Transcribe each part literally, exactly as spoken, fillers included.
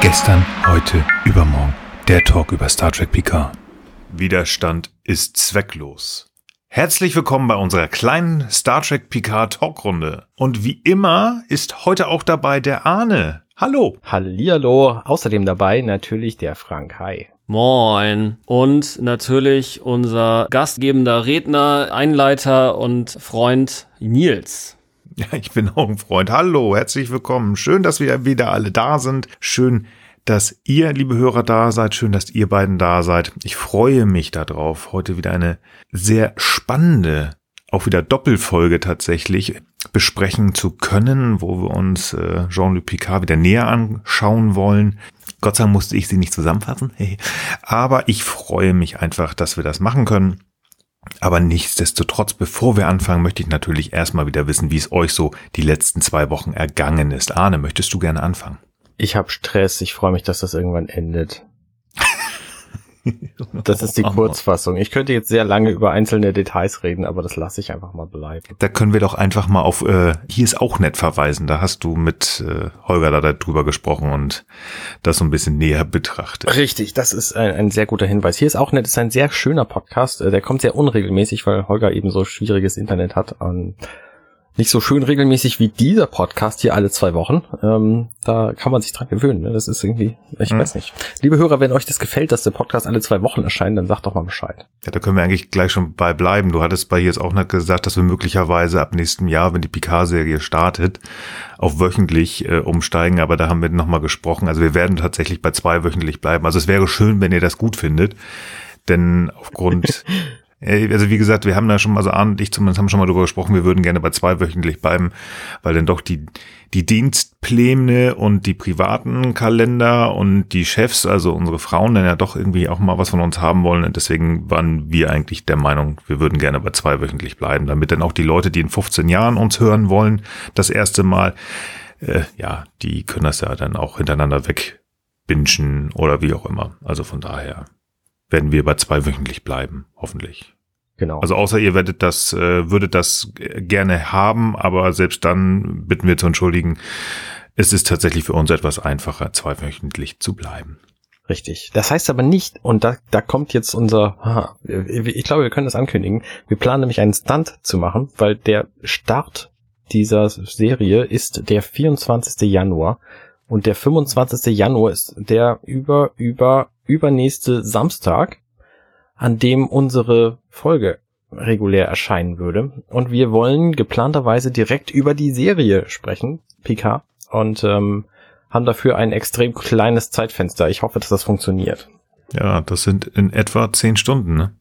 Gestern, heute, übermorgen. Der Talk über Star Trek Picard. Widerstand ist zwecklos. Herzlich willkommen bei unserer kleinen Star Trek Picard Talkrunde. Und wie immer ist heute auch dabei der Arne. Hallo. Hallihallo. Außerdem dabei natürlich der Frank. Hi. Moin. Und natürlich unser gastgebender Redner, Einleiter und Freund Nils. Ja, ich bin auch ein Freund. Hallo, herzlich willkommen. Schön, dass wir wieder alle da sind. Schön, dass ihr, liebe Hörer, da seid. Schön, dass ihr beiden da seid. Ich freue mich darauf, heute wieder eine sehr spannende, auch wieder Doppelfolge tatsächlich, besprechen zu können, wo wir uns äh, Jean-Luc Picard wieder näher anschauen wollen. Gott sei Dank musste ich sie nicht zusammenfassen. Hey. Aber ich freue mich einfach, dass wir das machen können. Aber nichtsdestotrotz, bevor wir anfangen, möchte ich natürlich erstmal wieder wissen, wie es euch so die letzten zwei Wochen ergangen ist. Arne, möchtest du gerne anfangen? Ich habe Stress. Ich freue mich, dass das irgendwann endet. Das ist die Kurzfassung. Ich könnte jetzt sehr lange über einzelne Details reden, aber das lasse ich einfach mal bleiben. Da können wir doch einfach mal auf äh, Hier ist auch nett verweisen. Da hast du mit äh, Holger da drüber gesprochen und das so ein bisschen näher betrachtet. Richtig, das ist ein, ein sehr guter Hinweis. Hier ist auch nett, ist ein sehr schöner Podcast. Der kommt sehr unregelmäßig, weil Holger eben so schwieriges Internet hat. Und nicht so schön regelmäßig wie dieser Podcast hier alle zwei Wochen. Ähm, da kann man sich dran gewöhnen. Ne? Das ist irgendwie, ich hm. weiß nicht. Liebe Hörer, wenn euch das gefällt, dass der Podcast alle zwei Wochen erscheint, dann sagt doch mal Bescheid. Ja, da können wir eigentlich gleich schon bei bleiben. Du hattest bei hier jetzt auch nicht gesagt, dass wir möglicherweise ab nächstem Jahr, wenn die Picard-Serie startet, auf wöchentlich äh, umsteigen. Aber da haben wir nochmal gesprochen. Also wir werden tatsächlich bei zwei wöchentlich bleiben. Also es wäre schön, wenn ihr das gut findet. Denn aufgrund... Also wie gesagt, wir haben da schon mal, also Arne und ich zumindest haben schon mal darüber gesprochen, wir würden gerne bei zwei wöchentlich bleiben, weil dann doch die die Dienstpläne und die privaten Kalender und die Chefs, also unsere Frauen, dann ja doch irgendwie auch mal was von uns haben wollen. Und deswegen waren wir eigentlich der Meinung, wir würden gerne bei zwei wöchentlich bleiben, damit dann auch die Leute, die in fünfzehn Jahren uns hören wollen, das erste Mal, äh, ja, die können das ja dann auch hintereinander wegbingen oder wie auch immer. Also von daher werden wir bei zwei wöchentlich bleiben, hoffentlich. Genau. Also außer ihr werdet das, äh, würdet das gerne haben, aber selbst dann bitten wir zu entschuldigen, es ist tatsächlich für uns etwas einfacher, zweiwöchentlich zu bleiben. Richtig. Das heißt aber nicht, und da, da kommt jetzt unser, aha, ich glaube, wir können das ankündigen, wir planen nämlich einen Stunt zu machen, weil der Start dieser Serie ist der vierundzwanzigste Januar und der fünfundzwanzigste Januar ist der über, über, übernächste Samstag, an dem unsere Folge regulär erscheinen würde. Und wir wollen geplanterweise direkt über die Serie sprechen, Picard, und ähm, haben dafür ein extrem kleines Zeitfenster. Ich hoffe, dass das funktioniert. Ja, das sind in etwa zehn Stunden, ne?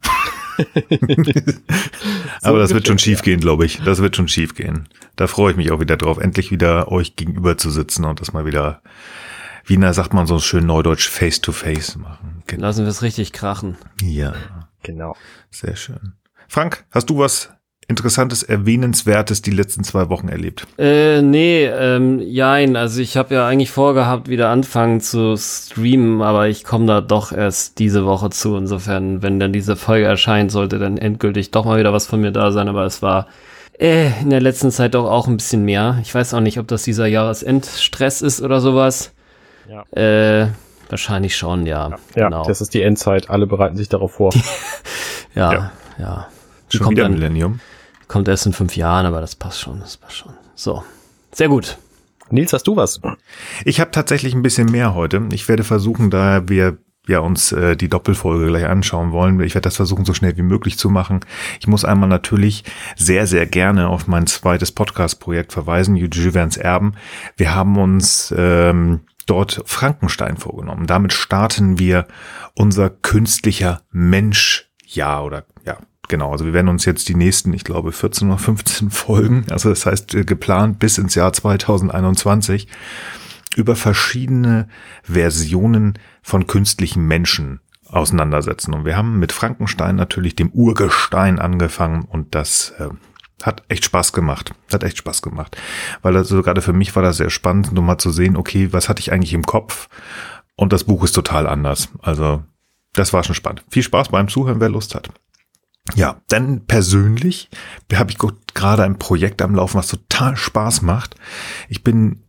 Aber so das wird schon schief gehen, glaube ich. Das wird schon schief gehen. Da freue ich mich auch wieder drauf, endlich wieder euch gegenüber zu sitzen und das mal wieder, wie na, sagt man so schön neudeutsch, face to face machen. Genau. Lassen wir es richtig krachen. Ja, genau. Sehr schön. Frank, hast du was Interessantes, Erwähnenswertes die letzten zwei Wochen erlebt? Äh, nee, ähm, jein. Also ich habe ja eigentlich vorgehabt, wieder anfangen zu streamen, aber ich komme da doch erst diese Woche zu. Insofern, wenn dann diese Folge erscheint, sollte dann endgültig doch mal wieder was von mir da sein. Aber es war äh, in der letzten Zeit doch auch ein bisschen mehr. Ich weiß auch nicht, ob das dieser Jahresendstress ist oder sowas. Ja. Äh, wahrscheinlich schon, ja. Ja, genau. Das ist die Endzeit. Alle bereiten sich darauf vor. ja, ja. ja. Die schon kommt wieder dann, Millennium. Kommt erst in fünf Jahren, aber das passt schon, das passt schon. So, sehr gut. Nils, hast du was? Ich habe tatsächlich ein bisschen mehr heute. Ich werde versuchen, da wir ja uns äh, die Doppelfolge gleich anschauen wollen, ich werde das versuchen, so schnell wie möglich zu machen. Ich muss einmal natürlich sehr, sehr gerne auf mein zweites Podcast-Projekt verweisen, Jules Verne's Erben. Wir haben uns ähm, dort Frankenstein vorgenommen. Damit starten wir unser künstlicher Mensch-Jahr oder ja, genau. Also wir werden uns jetzt die nächsten, ich glaube, vierzehn oder fünfzehn Folgen, also das heißt äh, geplant bis ins Jahr zweitausendeinundzwanzig, über verschiedene Versionen von künstlichen Menschen auseinandersetzen. Und wir haben mit Frankenstein natürlich dem Urgestein angefangen und das äh, hat echt Spaß gemacht. Hat echt Spaß gemacht. Weil also gerade für mich war das sehr spannend, nur mal zu sehen, okay, was hatte ich eigentlich im Kopf? Und das Buch ist total anders. Also das war schon spannend. Viel Spaß beim Zuhören, wer Lust hat. Ja, dann persönlich habe ich gerade ein Projekt am Laufen, was total Spaß macht. Ich bin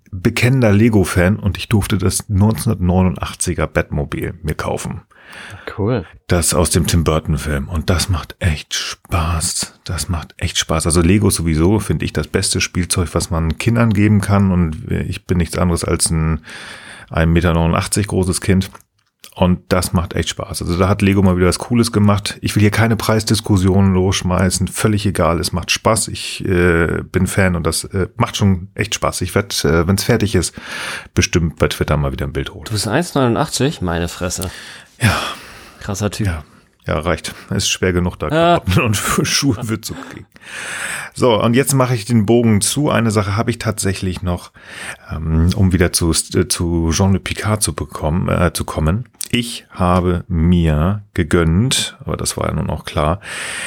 bekennender Lego-Fan und ich durfte das neunzehnhundertneunundachtziger Batmobil mir kaufen. Cool. Das aus dem Tim Burton-Film. Und das macht echt Spaß. Das macht echt Spaß. Also Lego sowieso finde ich das beste Spielzeug, was man Kindern geben kann. Und ich bin nichts anderes als ein ein Meter neunundachtzig großes Kind. Und das macht echt Spaß. Also da hat Lego mal wieder was Cooles gemacht. Ich will hier keine Preisdiskussionen losschmeißen. Völlig egal. Es macht Spaß. Ich äh, bin Fan und das äh, macht schon echt Spaß. Ich werde, äh, wenn es fertig ist, bestimmt bei Twitter mal wieder ein Bild holen. Du bist eins neunundachtzig? Meine Fresse. Ja. Krasser Typ. Ja, ja, reicht. Ist schwer genug, da Ja. Klamotten und Schuhe für zu kriegen. So, und jetzt mache ich den Bogen zu. Eine Sache habe ich tatsächlich noch, ähm, um wieder zu, zu Jean-Luc Picard zu bekommen, äh, zu kommen. Ich habe mir gegönnt, aber das war ja nun auch klar,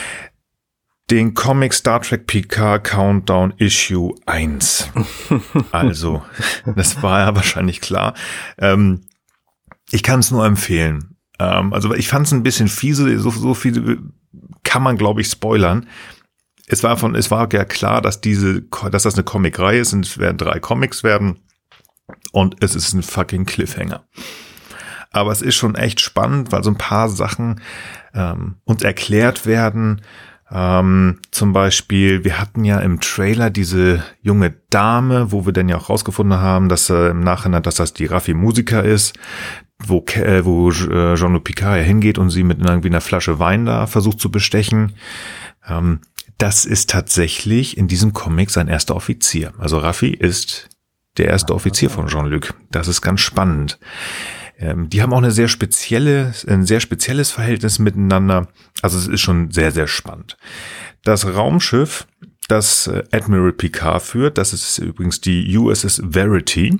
den Comic Star Trek Picard Countdown Issue eins. Also, das war ja wahrscheinlich klar. Ähm, ich kann es nur empfehlen. Also ich fand es ein bisschen fiese, so, so viel kann man, glaube ich, spoilern. Es war von, es war ja klar, dass diese, dass das eine Comicreihe ist und es werden drei Comics werden und es ist ein fucking Cliffhanger. Aber es ist schon echt spannend, weil so ein paar Sachen ähm, uns erklärt werden. Ähm, zum Beispiel, wir hatten ja im Trailer diese junge Dame, wo wir dann ja auch rausgefunden haben, dass äh, im Nachhinein, dass das die Raffi Musiker ist, wo, äh, wo äh, Jean-Luc Picard ja hingeht und sie mit irgendwie einer Flasche Wein da versucht zu bestechen. Ähm, das ist tatsächlich in diesem Comic sein erster Offizier. Also Raffi ist der erste Offizier von Jean-Luc. Das ist ganz spannend. Ähm, die haben auch eine sehr spezielle, ein sehr spezielles Verhältnis miteinander. Also es ist schon sehr, sehr spannend. Das Raumschiff, das Admiral Picard führt, das ist übrigens die U S S Verity,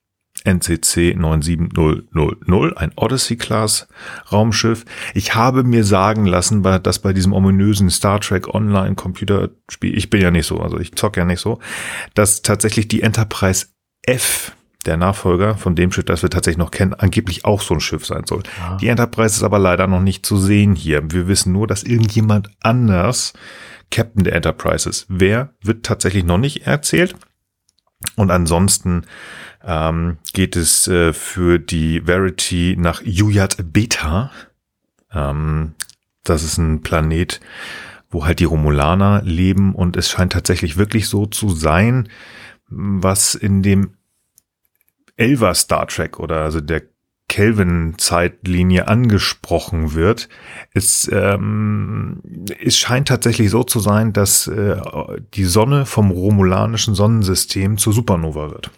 N C C neun sieben null null null, ein Odyssey-Class-Raumschiff. Ich habe mir sagen lassen, dass bei diesem ominösen Star Trek Online-Computerspiel, ich bin ja nicht so, also ich zocke ja nicht so, dass tatsächlich die Enterprise F, der Nachfolger von dem Schiff, das wir tatsächlich noch kennen, angeblich auch so ein Schiff sein soll. Ja. Die Enterprise ist aber leider noch nicht zu sehen hier. Wir wissen nur, dass irgendjemand anders Captain der Enterprise ist. Wer, wird tatsächlich noch nicht erzählt. Und ansonsten ähm, geht es äh, für die Verity nach Uyat Beta. Ähm, das ist ein Planet, wo halt die Romulaner leben und es scheint tatsächlich wirklich so zu sein, was in dem Elva Star Trek oder also der Kelvin-Zeitlinie angesprochen wird. Es, ähm, es scheint tatsächlich so zu sein, dass äh, die Sonne vom romulanischen Sonnensystem zur Supernova wird.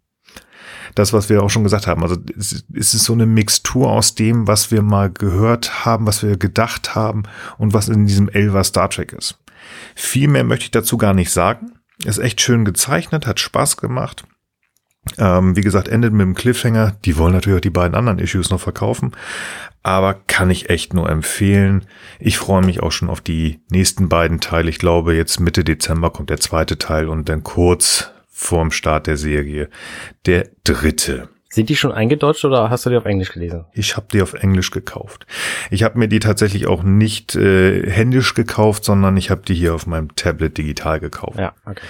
Das, was wir auch schon gesagt haben. Also es, es ist so eine Mixtur aus dem, was wir mal gehört haben, was wir gedacht haben und was in diesem Elva Star Trek ist. Viel mehr möchte ich dazu gar nicht sagen. Ist echt schön gezeichnet, hat Spaß gemacht. Ähm, wie gesagt, endet mit dem Cliffhanger. Die wollen natürlich auch die beiden anderen Issues noch verkaufen. Aber kann ich echt nur empfehlen. Ich freue mich auch schon auf die nächsten beiden Teile. Ich glaube, jetzt Mitte Dezember kommt der zweite Teil und dann kurz vorm Start der Serie der dritte. Sind die schon eingedeutscht oder hast du die auf Englisch gelesen? Ich habe die auf Englisch gekauft. Ich habe mir die tatsächlich auch nicht äh, händisch gekauft, sondern ich habe die hier auf meinem Tablet digital gekauft. Ja, okay.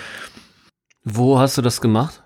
Wo hast du das gemacht?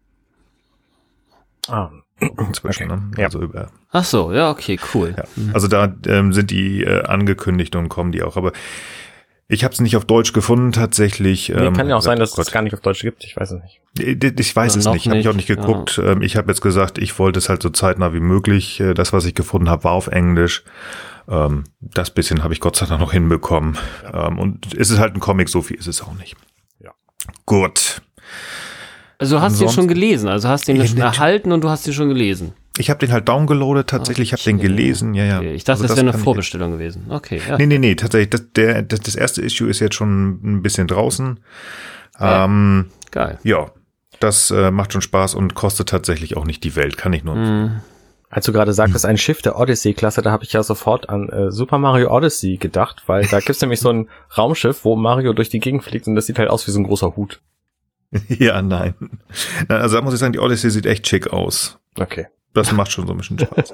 Ah, inzwischen, okay. ne? Ja. Also über. Ach so, ja, okay, cool. Ja. Also da ähm, sind die äh, angekündigt und kommen die auch. Aber ich habe es nicht auf Deutsch gefunden tatsächlich. Nee, ähm, kann ja auch sein, dass oh es gar nicht auf Deutsch gibt. Ich weiß es nicht. Ich, ich weiß Ja, es noch nicht. Habe ich auch nicht nicht, geguckt. Ja. Ähm, ich habe jetzt gesagt, ich wollte es halt so zeitnah wie möglich. Äh, das, was ich gefunden habe, war auf Englisch. Ähm, das bisschen habe ich Gott sei Dank noch hinbekommen. Ja. Ähm, und es ist halt ein Comic, so viel ist es auch nicht. Ja. Gut. Also du hast den schon gelesen, also hast den Ja, erhalten und du hast den schon gelesen. Ich habe den halt downgeloadet, tatsächlich, ich habe den gelesen, ja, ja. Okay. Ich dachte, also das wäre eine kann Vorbestellung gewesen. Okay, ja. Nee, nee, nee, tatsächlich, das, der, das, das erste Issue ist jetzt schon ein bisschen draußen. Ja. Ähm, Geil. Ja, das äh, macht schon Spaß und kostet tatsächlich auch nicht die Welt, kann ich nur empfehlen. Mhm. Als du gerade sagtest, ein Schiff der Odyssey-Klasse, da habe ich ja sofort an äh, Super Mario Odyssey gedacht, weil da gibt's nämlich so ein Raumschiff, wo Mario durch die Gegend fliegt und das sieht halt aus wie so ein großer Hut. Ja, nein. Nein. Also da muss ich sagen, die Odyssey sieht echt schick aus. Okay. Das macht schon so ein bisschen Spaß.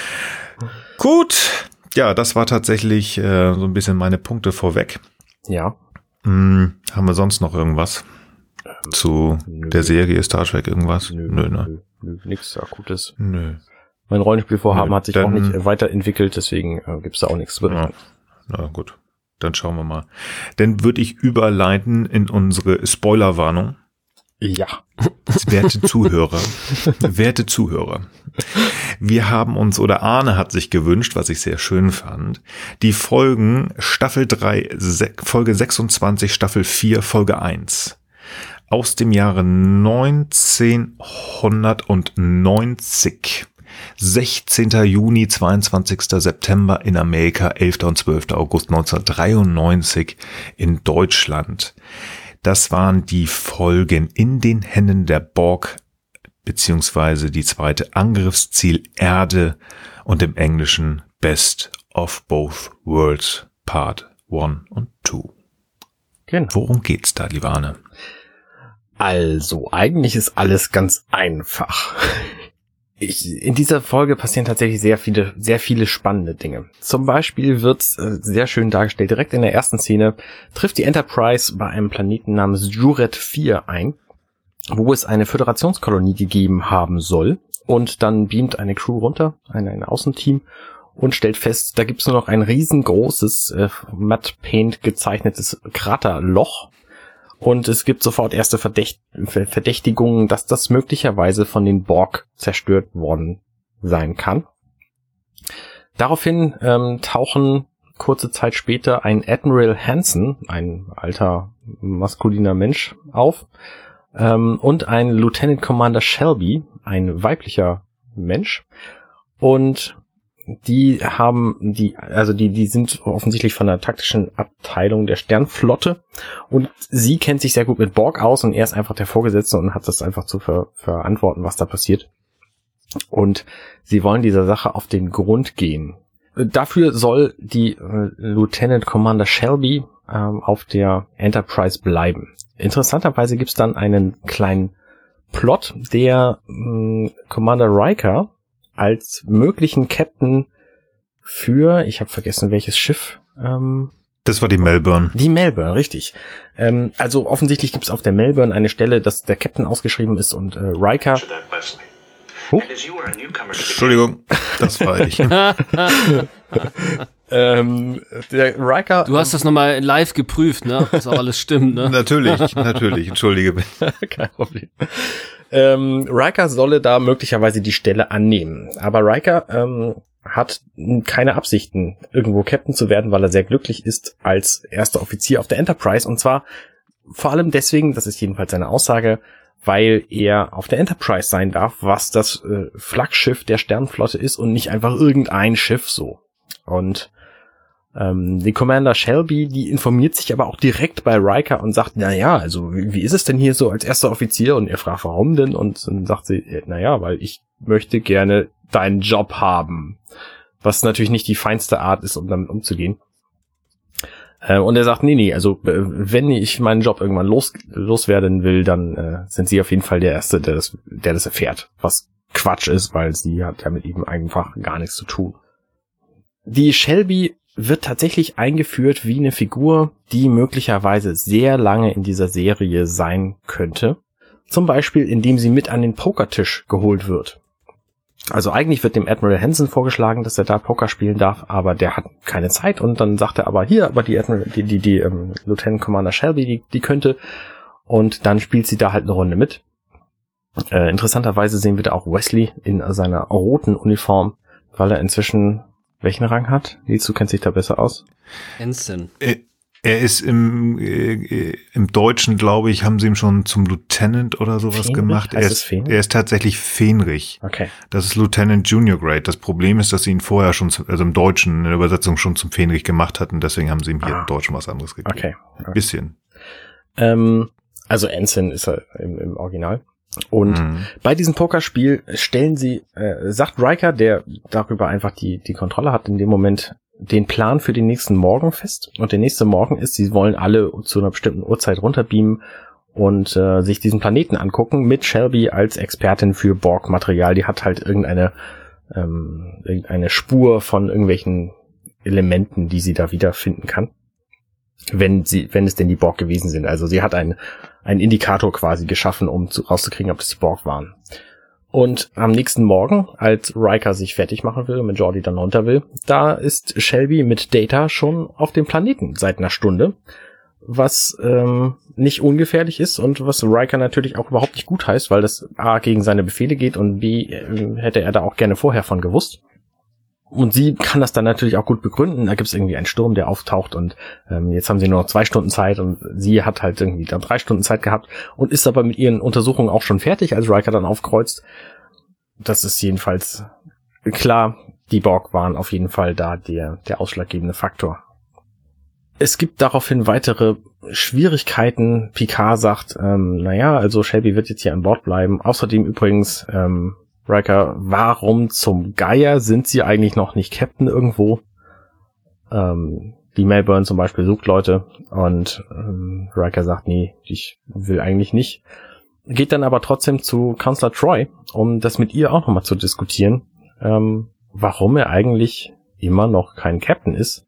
Gut. Ja, das war tatsächlich äh, so ein bisschen meine Punkte vorweg. Ja. Hm, haben wir sonst noch irgendwas? Zu nö. der Serie Star Trek irgendwas? Nö, Nö, ne? nö, nö, nix Akutes. Nö. Mein Rollenspielvorhaben Nö, hat sich dann, auch nicht äh, weiterentwickelt, deswegen äh, gibt's da auch nichts zu berichten. Ja, na gut, dann schauen wir mal. Dann würde ich überleiten in unsere Spoilerwarnung. Ja. Werte Zuhörer, werte Zuhörer, wir haben uns, oder Arne hat sich gewünscht, was ich sehr schön fand, die Folgen Staffel drei, Se- Folge sechsundzwanzig, Staffel vier, Folge eins aus dem Jahre neunzehnhundertneunzig. sechzehnter Juni, zweiundzwanzigster September in Amerika, elfter und zwölfter August neunzehnhundertdreiundneunzig in Deutschland. Das waren die Folgen In den Händen der Borg, beziehungsweise die zweite Angriffsziel Erde und im Englischen Best of Both Worlds Part eins und zwei. Genau. Worum geht's da, lieber Arne? Also, eigentlich ist alles ganz einfach. Ich, in dieser Folge passieren tatsächlich sehr viele, sehr viele spannende Dinge. Zum Beispiel wird äh, sehr schön dargestellt, direkt in der ersten Szene trifft die Enterprise bei einem Planeten namens Juret vier ein, wo es eine Föderationskolonie gegeben haben soll. Und dann beamt eine Crew runter, ein, ein Außenteam, und stellt fest, da gibt's nur noch ein riesengroßes, äh, matte paint gezeichnetes Kraterloch. Und es gibt sofort erste Verdächt- Verdächtigungen, dass das möglicherweise von den Borg zerstört worden sein kann. Daraufhin ähm, tauchen kurze Zeit später ein Admiral Hansen, ein alter maskuliner Mensch, auf, ähm, und ein Lieutenant Commander Shelby, ein weiblicher Mensch. Und die haben die, also die, die sind offensichtlich von der taktischen Abteilung der Sternflotte und sie kennt sich sehr gut mit Borg aus und er ist einfach der Vorgesetzte und hat das einfach zu ver- verantworten, was da passiert. Und sie wollen dieser Sache auf den Grund gehen. Dafür soll die äh, Lieutenant Commander Shelby ähm, auf der Enterprise bleiben. Interessanterweise gibt's dann einen kleinen Plot, der mh, Commander Riker als möglichen Captain für, ich habe vergessen, welches Schiff. Ähm, Das war die Melbourne. Die Melbourne, richtig. Ähm, also offensichtlich gibt es auf der Melbourne eine Stelle, dass der Captain ausgeschrieben ist und äh, Riker... Huh? Entschuldigung, das war ich. ähm, der Riker... Du hast das nochmal live geprüft, ne? Dass auch alles stimmt, ne? Natürlich, natürlich, entschuldige bitte. Kein Problem. Ähm, Riker solle da möglicherweise die Stelle annehmen. Aber Riker ähm, hat keine Absichten, irgendwo Captain zu werden, weil er sehr glücklich ist als erster Offizier auf der Enterprise. Und zwar vor allem deswegen, das ist jedenfalls seine Aussage, weil er auf der Enterprise sein darf, was das äh, Flaggschiff der Sternenflotte ist und nicht einfach irgendein Schiff so. Und Ähm, die Commander Shelby, die informiert sich aber auch direkt bei Riker und sagt, na ja, also wie, wie ist es denn hier so als erster Offizier? Und er fragt, warum denn? Und dann sagt sie, na ja, weil ich möchte gerne deinen Job haben. Was natürlich nicht die feinste Art ist, um damit umzugehen. Äh, und er sagt, nee, nee, also äh, wenn ich meinen Job irgendwann los, loswerden will, dann äh, sind sie auf jeden Fall der Erste, der das, der das erfährt. Was Quatsch ist, weil sie hat ja mit ihm einfach gar nichts zu tun. Die Shelby wird tatsächlich eingeführt wie eine Figur, die möglicherweise sehr lange in dieser Serie sein könnte. Zum Beispiel, indem sie mit an den Pokertisch geholt wird. Also eigentlich wird dem Admiral Hansen vorgeschlagen, dass er da Poker spielen darf, aber der hat keine Zeit und dann sagt er aber hier, aber die Admiral, die, die, die ähm, Lieutenant Commander Shelby, die, die könnte, und dann spielt sie da halt eine Runde mit. Äh, interessanterweise sehen wir da auch Wesley in seiner roten Uniform, weil er inzwischen welchen Rang hat? Lizu kennt sich da besser aus. Ensign. Er ist im, äh, im Deutschen, glaube ich, haben sie ihm schon zum Lieutenant oder sowas Fähnrich? gemacht. Er Heißt ist, es Fähnrich? er ist tatsächlich Fähnrich. Okay. Das ist Lieutenant Junior Grade. Das Problem ist, dass sie ihn vorher schon, zum, also im Deutschen, in der Übersetzung schon zum Fähnrich gemacht hatten. Deswegen haben sie ihm hier ah. im Deutschen was anderes gegeben. Okay. okay. Bisschen. Ähm, also Ensign ist er im, im Original. Und Mhm. bei diesem Pokerspiel stellen sie, äh, sagt Riker, der darüber einfach die, die Kontrolle hat, in dem Moment den Plan für den nächsten Morgen fest. Und der nächste Morgen ist, sie wollen alle zu einer bestimmten Uhrzeit runterbeamen und äh, sich diesen Planeten angucken, mit Shelby als Expertin für Borg-Material. Die hat halt irgendeine, ähm, irgendeine Spur von irgendwelchen Elementen, die sie da wiederfinden kann. Wenn sie, wenn es denn die Borg gewesen sind. Also sie hat ein, einen Indikator quasi geschaffen, um zu, rauszukriegen, ob das die Borg waren. Und am nächsten Morgen, als Riker sich fertig machen will und mit Geordi dann runter will, da ist Shelby mit Data schon auf dem Planeten seit einer Stunde, was ähm, nicht ungefährlich ist und was Riker natürlich auch überhaupt nicht gut heißt, weil das A gegen seine Befehle geht und B äh, hätte er da auch gerne vorher von gewusst. Und sie kann das dann natürlich auch gut begründen. Da gibt es irgendwie einen Sturm, der auftaucht und ähm, jetzt haben sie nur noch zwei Stunden Zeit und sie hat halt irgendwie dann drei Stunden Zeit gehabt und ist aber mit ihren Untersuchungen auch schon fertig, als Riker dann aufkreuzt. Das ist jedenfalls klar, die Borg waren auf jeden Fall da der, der ausschlaggebende Faktor. Es gibt daraufhin weitere Schwierigkeiten. Picard sagt, ähm, naja, also Shelby wird jetzt hier an Bord bleiben. Außerdem übrigens, ähm, Riker, warum zum Geier sind sie eigentlich noch nicht Captain irgendwo? Ähm, die Melbourne zum Beispiel sucht Leute und ähm, Riker sagt, nee, ich will eigentlich nicht. Geht dann aber trotzdem zu Counselor Troi, um das mit ihr auch nochmal zu diskutieren, ähm, warum er eigentlich immer noch kein Captain ist.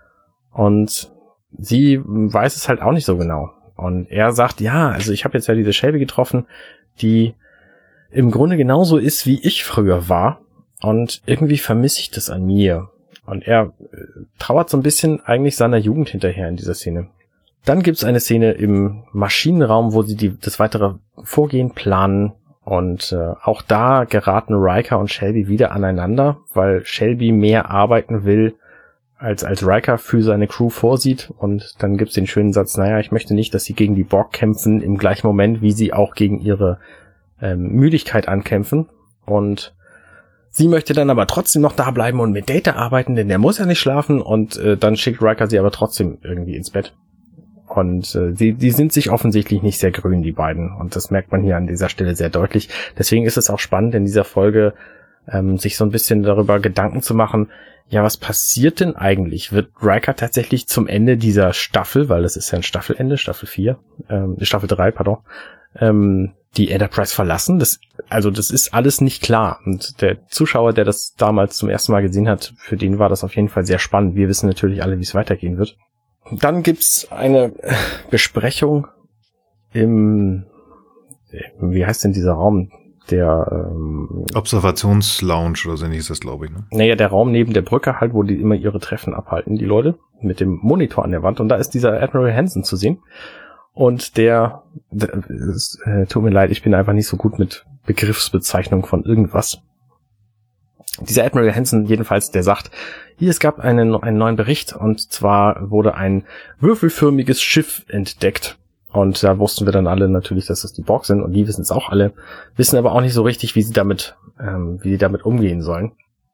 Und sie weiß es halt auch nicht so genau. Und er sagt, ja, also ich habe jetzt ja diese Shelby getroffen, die im Grunde genauso ist, wie ich früher war. Und irgendwie vermisse ich das an mir. Und er trauert so ein bisschen eigentlich seiner Jugend hinterher in dieser Szene. Dann gibt's eine Szene im Maschinenraum, wo sie die, das weitere Vorgehen planen. Und äh, auch da geraten Riker und Shelby wieder aneinander, weil Shelby mehr arbeiten will, als als Riker für seine Crew vorsieht. Und dann gibt's den schönen Satz, naja, ich möchte nicht, dass sie gegen die Borg kämpfen, im gleichen Moment, wie sie auch gegen ihre ähm, Müdigkeit ankämpfen. Und sie möchte dann aber trotzdem noch da bleiben und mit Data arbeiten, denn der muss ja nicht schlafen. Und äh, dann schickt Riker sie aber trotzdem irgendwie ins Bett. Und äh, die, die sind sich offensichtlich nicht sehr grün, die beiden. Und das merkt man hier an dieser Stelle sehr deutlich. Deswegen ist es auch spannend, in dieser Folge ähm, sich so ein bisschen darüber Gedanken zu machen, ja, was passiert denn eigentlich? Wird Riker tatsächlich zum Ende dieser Staffel, weil das ist ja ein Staffelende, Staffel vier, ähm, Staffel drei, pardon, ähm, die Enterprise verlassen? Das, also das ist alles nicht klar. Und der Zuschauer, der das damals zum ersten Mal gesehen hat, für den war das auf jeden Fall sehr spannend. Wir wissen natürlich alle, wie es weitergehen wird. Dann gibt's eine Besprechung im, wie heißt denn dieser Raum? Der ähm, Observationslounge oder so ist das, glaube ich. Ne? Naja, der Raum neben der Brücke halt, wo die immer ihre Treffen abhalten, die Leute, mit dem Monitor an der Wand. Und da ist dieser Admiral Hansen zu sehen. Und der, der es, äh, tut mir leid, ich bin einfach nicht so gut mit Begriffsbezeichnung von irgendwas. Dieser Admiral Hansen jedenfalls, der sagt, hier, es gab einen, einen neuen Bericht, und zwar wurde ein würfelförmiges Schiff entdeckt. Und da wussten wir dann alle natürlich, dass das die Borg sind, und die wissen es auch alle, wissen aber auch nicht so richtig, wie sie damit, ähm, wie sie damit umgehen sollen.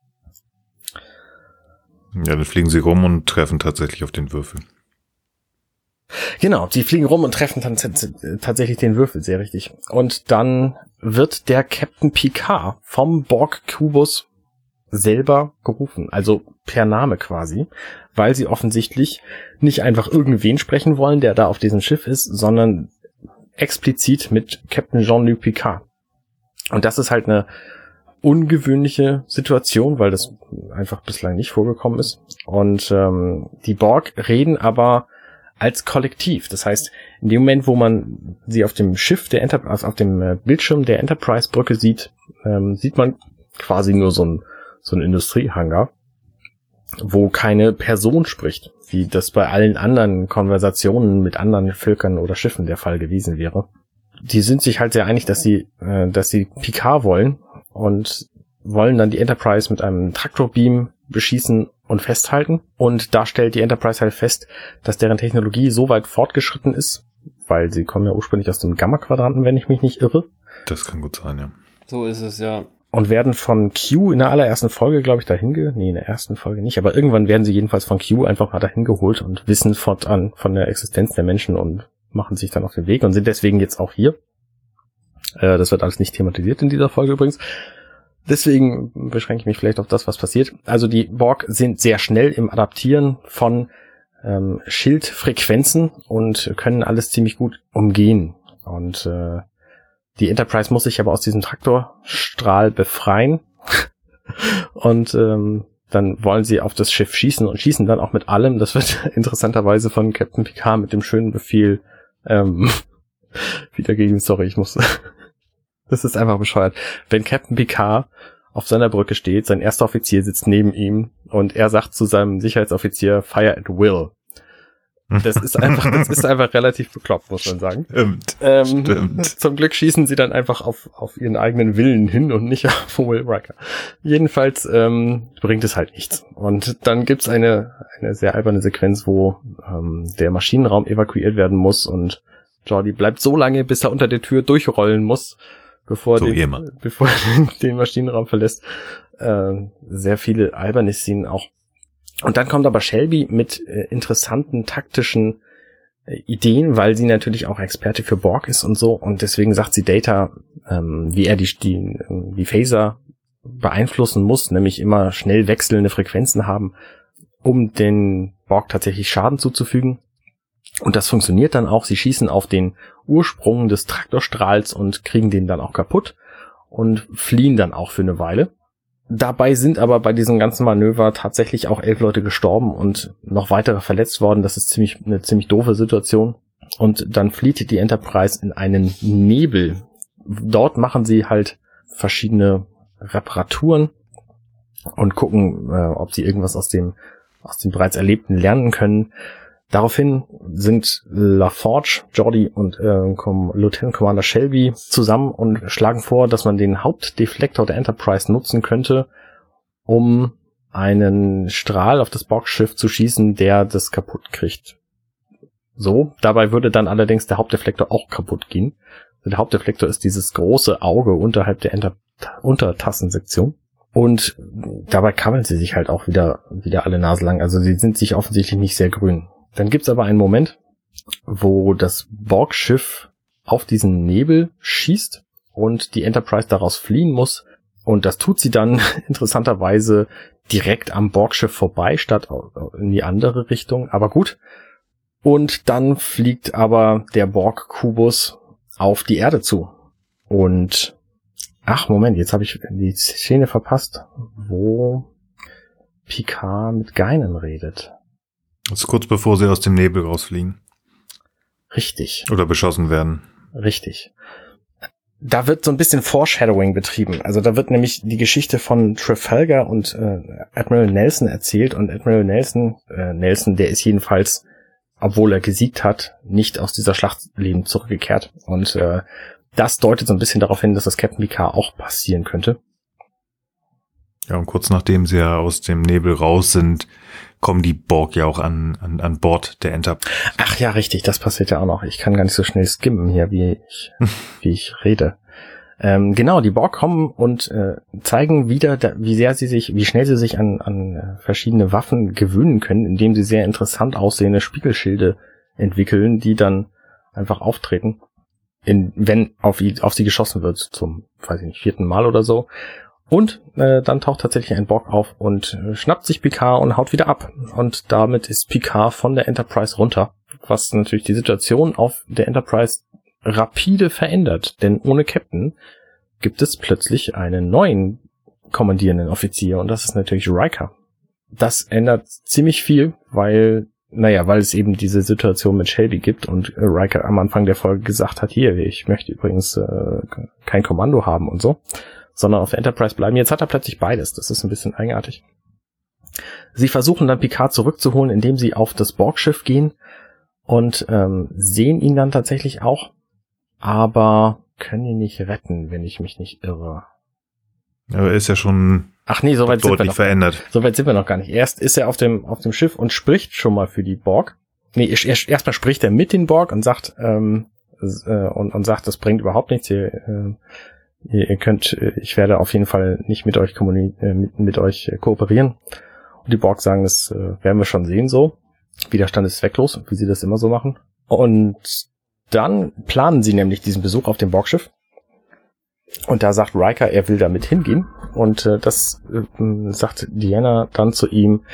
Ja, dann fliegen sie rum und treffen tatsächlich auf den Würfel. Genau, sie fliegen rum und treffen dann t- t- tatsächlich den Würfel, sehr richtig. Und dann wird der Captain Picard vom Borg-Kubus selber gerufen, also per Name quasi, weil sie offensichtlich nicht einfach irgendwen sprechen wollen, der da auf diesem Schiff ist, sondern explizit mit Captain Jean-Luc Picard. Und das ist halt eine ungewöhnliche Situation, weil das einfach bislang nicht vorgekommen ist. Und ähm, die Borg reden aber als Kollektiv. Das heißt, in dem Moment, wo man sie auf dem Schiff der Enterprise, also auf dem äh, Bildschirm der Enterprise-Brücke sieht, ähm, sieht man quasi nur so ein so ein Industriehangar, wo keine Person spricht, wie das bei allen anderen Konversationen mit anderen Völkern oder Schiffen der Fall gewesen wäre. Die sind sich halt sehr einig, dass sie, äh, dass sie Picard wollen und wollen dann die Enterprise mit einem Traktorbeam beschießen und festhalten. Und da stellt die Enterprise halt fest, dass deren Technologie so weit fortgeschritten ist, weil sie kommen ja ursprünglich aus dem Gamma-Quadranten, wenn ich mich nicht irre. Das kann gut sein, ja. So ist es, ja. Und werden von Q in der allerersten Folge, glaube ich, dahin ge... Nee, in der ersten Folge nicht, aber irgendwann werden sie jedenfalls von Q einfach mal dahin geholt und wissen fortan von der Existenz der Menschen und machen sich dann auf den Weg und sind deswegen jetzt auch hier. Äh, das wird alles nicht thematisiert in dieser Folge übrigens. Deswegen beschränke ich mich vielleicht auf das, was passiert. Also die Borg sind sehr schnell im Adaptieren von ähm, Schildfrequenzen und können alles ziemlich gut umgehen. Und äh, die Enterprise muss sich aber aus diesem Traktorstrahl befreien. Und ähm, dann wollen sie auf das Schiff schießen und schießen dann auch mit allem. Das wird interessanterweise von Captain Picard mit dem schönen Befehl ähm, Wiedergegeben, sorry, ich muss. Das ist einfach bescheuert. Wenn Captain Picard auf seiner Brücke steht, sein erster Offizier sitzt neben ihm und er sagt zu seinem Sicherheitsoffizier, fire at will. Das ist einfach, das ist einfach relativ bekloppt, muss man sagen. Stimmt. Ähm, Stimmt. Zum Glück schießen sie dann einfach auf, auf ihren eigenen Willen hin und nicht auf Will Riker. Jedenfalls ähm, bringt es halt nichts. Und dann gibt's eine, eine sehr alberne Sequenz, wo ähm, der Maschinenraum evakuiert werden muss und Geordi bleibt so lange, bis er unter der Tür durchrollen muss, bevor so er den, bevor er den, den Maschinenraum verlässt. Äh, sehr viele alberne Szenen auch. Und dann kommt aber Shelby mit äh, interessanten taktischen äh, Ideen, weil sie natürlich auch Experte für Borg ist und so. Und deswegen sagt sie Data, ähm, wie er die, die, die Phaser beeinflussen muss, nämlich immer schnell wechselnde Frequenzen haben, um den Borg tatsächlich Schaden zuzufügen. Und das funktioniert dann auch. Sie schießen auf den Ursprung des Traktorstrahls und kriegen den dann auch kaputt und fliehen dann auch für eine Weile. Dabei sind aber bei diesem ganzen Manöver tatsächlich auch elf Leute gestorben und noch weitere verletzt worden. Das ist ziemlich eine ziemlich doofe Situation. Und dann flieht die Enterprise in einen Nebel. Dort machen sie halt verschiedene Reparaturen und gucken, äh, ob sie irgendwas aus dem aus dem bereits Erlebten lernen können. Daraufhin sind LaForge, Geordi und äh, Lieutenant Commander Shelby zusammen und schlagen vor, dass man den Hauptdeflektor der Enterprise nutzen könnte, um einen Strahl auf das Borg-Schiff zu schießen, der das kaputt kriegt. So, dabei würde dann allerdings der Hauptdeflektor auch kaputt gehen. Der Hauptdeflektor ist dieses große Auge unterhalb der Enter- Untertassensektion. Und dabei kabbeln sie sich halt auch wieder, wieder alle Nase lang. Also sie sind sich offensichtlich nicht sehr grün. Dann gibt's aber einen Moment, wo das Borg-Schiff auf diesen Nebel schießt und die Enterprise daraus fliehen muss. Und das tut sie dann interessanterweise direkt am Borg-Schiff vorbei, statt in die andere Richtung. Aber gut. Und dann fliegt aber der Borg-Kubus auf die Erde zu. Und, ach Moment, jetzt habe ich die Szene verpasst, wo Picard mit Guinan redet. Das ist kurz bevor sie aus dem Nebel rausfliegen. Richtig. Oder beschossen werden. Richtig. Da wird so ein bisschen Foreshadowing betrieben. Also da wird nämlich die Geschichte von Trafalgar und äh, Admiral Nelson erzählt. Und Admiral Nelson, äh, Nelson, der ist jedenfalls, obwohl er gesiegt hat, nicht aus dieser Schlacht lebend zurückgekehrt. Und äh, das deutet so ein bisschen darauf hin, dass das Captain Picard auch passieren könnte. Ja, und kurz nachdem sie ja aus dem Nebel raus sind, kommen die Borg ja auch an, an, an Bord der Enterprise. Ach ja, richtig, das passiert ja auch noch. Ich kann gar nicht so schnell skimmen hier, wie ich, wie ich rede. Ähm, genau, die Borg kommen und äh, zeigen wieder, da, wie sehr sie sich, wie schnell sie sich an, an verschiedene Waffen gewöhnen können, indem sie sehr interessant aussehende Spiegelschilde entwickeln, die dann einfach auftreten, in, wenn auf, auf sie geschossen wird, zum, weiß ich nicht, vierten Mal oder so. Und äh, dann taucht tatsächlich ein Borg auf und äh, schnappt sich Picard und haut wieder ab. Und damit ist Picard von der Enterprise runter, was natürlich die Situation auf der Enterprise rapide verändert. Denn ohne Captain gibt es plötzlich einen neuen kommandierenden Offizier und das ist natürlich Riker. Das ändert ziemlich viel, weil, naja, weil es eben diese Situation mit Shelby gibt und äh, Riker am Anfang der Folge gesagt hat, hier, ich möchte übrigens äh, kein Kommando haben und so, sondern auf der Enterprise bleiben. Jetzt hat er plötzlich beides. Das ist ein bisschen eigenartig. Sie versuchen dann Picard zurückzuholen, indem sie auf das Borg-Schiff gehen und ähm, sehen ihn dann tatsächlich auch, aber können ihn nicht retten, wenn ich mich nicht irre. Aber er ist ja schon Ach nee, soweit sind wir deutlich noch, verändert. Soweit sind wir noch gar nicht. Erst ist er auf dem auf dem Schiff und spricht schon mal für die Borg. Nee, erst, erstmal spricht er mit den Borg und sagt ähm, äh, und, und sagt, das bringt überhaupt nichts. Ihr, äh, ihr könnt, ich werde auf jeden Fall nicht mit euch kommuni- äh, mit, mit euch kooperieren. Und die Borg sagen, das äh, werden wir schon sehen so. Widerstand ist zwecklos, wie sie das immer so machen. Und dann planen sie nämlich diesen Besuch auf dem Borgschiff. Und da sagt Riker, er will da mit hingehen. Und äh, das äh, sagt Deanna dann zu ihm,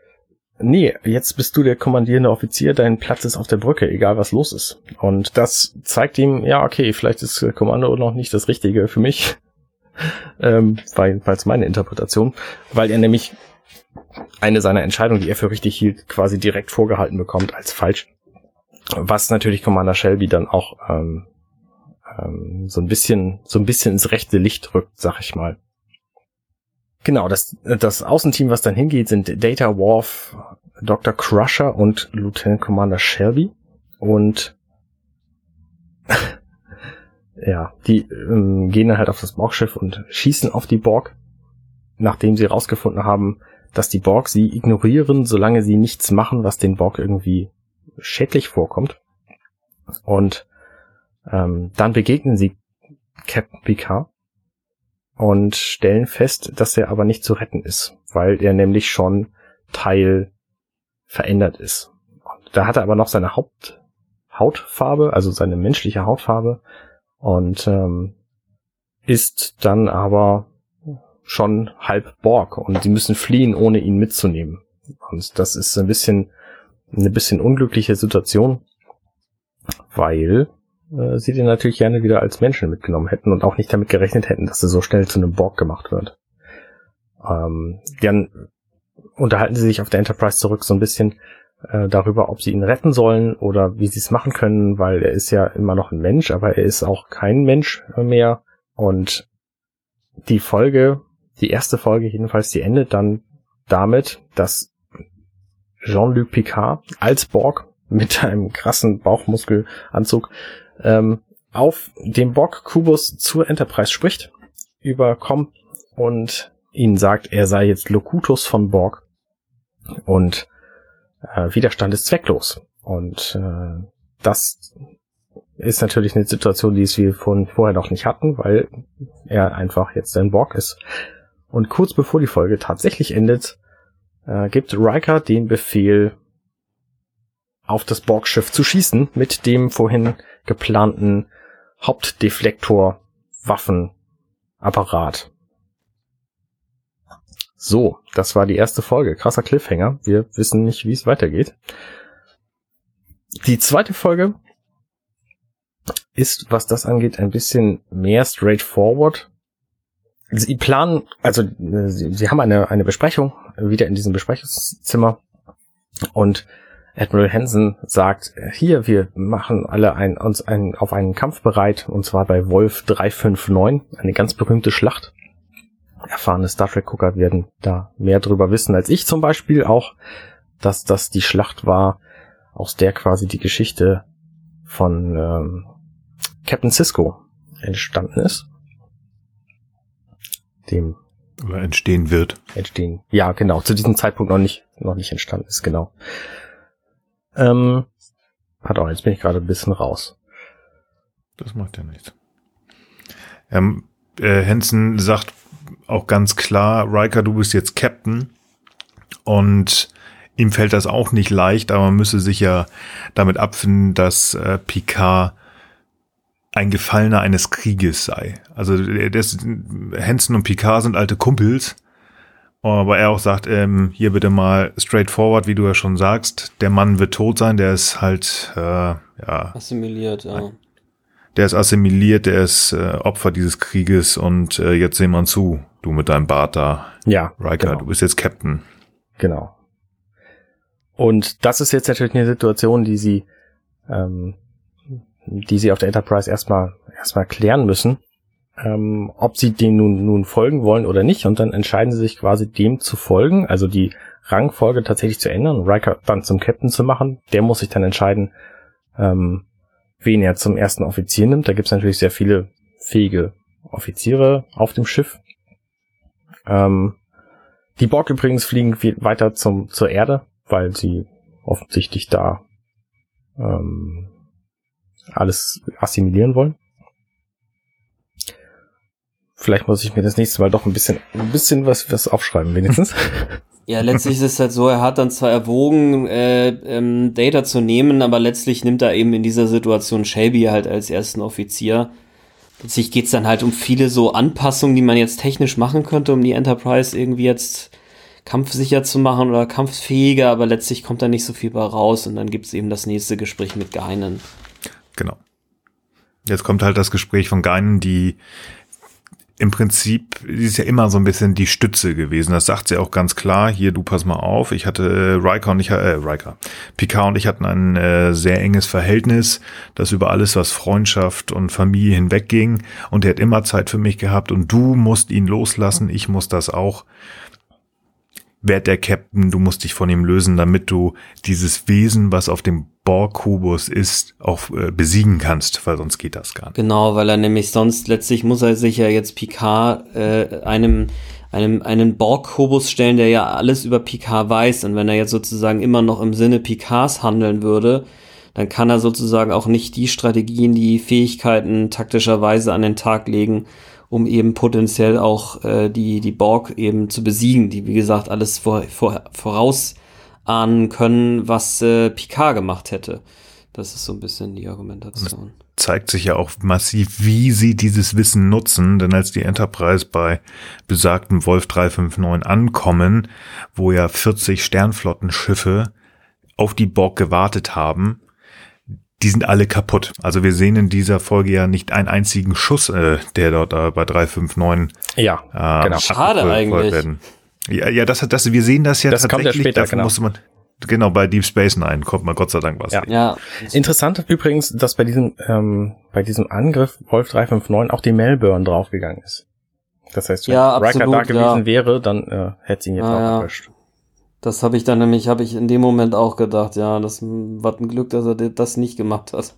nee, jetzt bist du der kommandierende Offizier, dein Platz ist auf der Brücke, egal was los ist. Und das zeigt ihm, ja, okay, vielleicht ist Kommando noch nicht das Richtige für mich. ähm, war jedenfalls meine Interpretation. Weil er nämlich eine seiner Entscheidungen, die er für richtig hielt, quasi direkt vorgehalten bekommt als falsch. Was natürlich Commander Shelby dann auch ähm, ähm, so ein bisschen so ein bisschen ins rechte Licht rückt, sag ich mal. Genau, das das Außenteam, was dann hingeht, sind Data, Worf, Doktor Crusher und Lieutenant Commander Shelby. Und ja, die ähm, gehen dann halt auf das Borgschiff und schießen auf die Borg, nachdem sie herausgefunden haben, dass die Borg sie ignorieren, solange sie nichts machen, was den Borg irgendwie schädlich vorkommt. Und ähm, dann begegnen sie Captain Picard und stellen fest, dass er aber nicht zu retten ist, weil er nämlich schon Teil verändert ist. Und da hat er aber noch seine Haupthautfarbe, also seine menschliche Hautfarbe, und ähm, ist dann aber schon halb Borg und sie müssen fliehen, ohne ihn mitzunehmen. Und das ist ein bisschen eine bisschen unglückliche Situation, weil äh, sie den natürlich gerne wieder als Menschen mitgenommen hätten und auch nicht damit gerechnet hätten, dass er so schnell zu einem Borg gemacht wird. Ähm, dann unterhalten sie sich auf der Enterprise zurück so ein bisschen äh, darüber, ob sie ihn retten sollen oder wie sie es machen können, weil er ist ja immer noch ein Mensch, aber er ist auch kein Mensch mehr. Und die Folge, die erste Folge jedenfalls, die endet dann damit, dass Jean-Luc Picard als Borg mit einem krassen Bauchmuskelanzug ähm, auf dem Borg-Kubus zur Enterprise spricht, über Com und ihnen sagt, er sei jetzt Locutus von Borg und äh, Widerstand ist zwecklos. Und äh, das ist natürlich eine Situation, die es wir von vorher noch nicht hatten, weil er einfach jetzt ein Borg ist. Und kurz bevor die Folge tatsächlich endet, äh, gibt Riker den Befehl, auf das Borg-Schiff zu schießen mit dem vorhin geplanten Hauptdeflektor-Waffenapparat. So, das war die erste Folge. Krasser Cliffhanger. Wir wissen nicht, wie es weitergeht. Die zweite Folge ist, was das angeht, ein bisschen mehr straightforward. Sie planen, also sie, sie haben eine, eine Besprechung, wieder in diesem Besprechungszimmer, und Admiral Hansen sagt, hier, wir machen alle ein, uns ein, auf einen Kampf bereit, und zwar bei Wolf drei fünf neun, eine ganz berühmte Schlacht. Erfahrene Star Trek-Gucker werden da mehr drüber wissen als ich zum Beispiel, auch, dass das die Schlacht war, aus der quasi die Geschichte von ähm, Captain Sisko entstanden ist. Dem Oder entstehen wird. Entstehen. Ja, genau. Zu diesem Zeitpunkt noch nicht, noch nicht entstanden ist, genau. Ähm, pardon, jetzt bin ich gerade ein bisschen raus. Das macht ja nichts. Ähm, äh, Hansen sagt auch ganz klar, Riker, du bist jetzt Captain, und ihm fällt das auch nicht leicht, aber man müsse sich ja damit abfinden, dass äh, Picard ein Gefallener eines Krieges sei. Also das, Hansen und Picard sind alte Kumpels, aber er auch sagt, ähm, hier bitte mal straightforward, wie du ja schon sagst, der Mann wird tot sein, der ist halt, äh, ja. Assimiliert, ja. Der ist assimiliert, der ist äh, Opfer dieses Krieges, und äh, jetzt sehen wir zu, du mit deinem Bart da. Ja, Riker, genau. Du bist jetzt Captain. Genau. Und das ist jetzt natürlich eine Situation, die sie, ähm, die sie auf der Enterprise erstmal erstmal klären müssen, ähm, ob sie dem nun nun folgen wollen oder nicht, und dann entscheiden sie sich quasi dem zu folgen, also die Rangfolge tatsächlich zu ändern, Riker dann zum Captain zu machen. Der muss sich dann entscheiden, ähm, wen er zum ersten Offizier nimmt. Da gibt es natürlich sehr viele fähige Offiziere auf dem Schiff. Ähm, die Borg übrigens fliegen weiter zum zur Erde, weil sie offensichtlich da ähm, alles assimilieren wollen. Vielleicht muss ich mir das nächste Mal doch ein bisschen ein bisschen was was aufschreiben, wenigstens. Ja, letztlich ist es halt so, er hat dann zwar erwogen, äh, ähm, Data zu nehmen, aber letztlich nimmt er eben in dieser Situation Shelby halt als ersten Offizier. Letztlich geht's dann halt um viele so Anpassungen, die man jetzt technisch machen könnte, um die Enterprise irgendwie jetzt kampfsicher zu machen oder kampffähiger, aber letztlich kommt da nicht so viel bei raus, und dann gibt's eben das nächste Gespräch mit Guinan. Genau. Jetzt kommt halt das Gespräch von Guinan, die im Prinzip, sie ist ja immer so ein bisschen die Stütze gewesen. Das sagt sie auch ganz klar. Hier, du pass mal auf. Ich hatte äh, Riker und ich, äh, Riker, Picard und ich hatten ein äh, sehr enges Verhältnis, das über alles, was Freundschaft und Familie hinwegging. Und er hat immer Zeit für mich gehabt. Und du musst ihn loslassen. Ich muss das auch. Werd der Captain, du musst dich von ihm lösen, damit du dieses Wesen, was auf dem Borg-Kubus ist, auch äh, besiegen kannst, weil sonst geht das gar nicht. Genau, weil er nämlich sonst, letztlich muss er sich ja jetzt Picard äh, einem, einem, einen Borg-Kubus stellen, der ja alles über Picard weiß, und wenn er jetzt sozusagen immer noch im Sinne Picards handeln würde, dann kann er sozusagen auch nicht die Strategien, die Fähigkeiten taktischerweise an den Tag legen, um eben potenziell auch äh, die die Borg eben zu besiegen, die wie gesagt alles vor, vor, vorausahnen können, was äh, Picard gemacht hätte. Das ist so ein bisschen die Argumentation. Das zeigt sich ja auch massiv, wie sie dieses Wissen nutzen, denn als die Enterprise bei besagten Wolf drei fünf neun ankommen, wo ja vierzig Sternflottenschiffe auf die Borg gewartet haben, die sind alle kaputt. Also wir sehen in dieser Folge ja nicht einen einzigen Schuss, äh, der dort äh, bei drei fünf neun ja, äh, genau. Schade eigentlich. Werden. Ja, ja, das hat das. Wir sehen das ja das tatsächlich. Kommt ja später, dafür genau. muss man genau bei Deep Space Nine kommt man Gott sei Dank was. Ja. Ja. Interessant übrigens, dass bei diesem ähm, bei diesem Angriff Wolf drei fünf neun auch die Melbourne draufgegangen ist. Das heißt, wenn Ja, Riker absolut, da gewesen ja. wäre, dann äh, hätte sie ihn jetzt Ah, auch ja. erwischt. Das habe ich dann nämlich, habe ich in dem Moment auch gedacht, ja, das war ein Glück, dass er das nicht gemacht hat.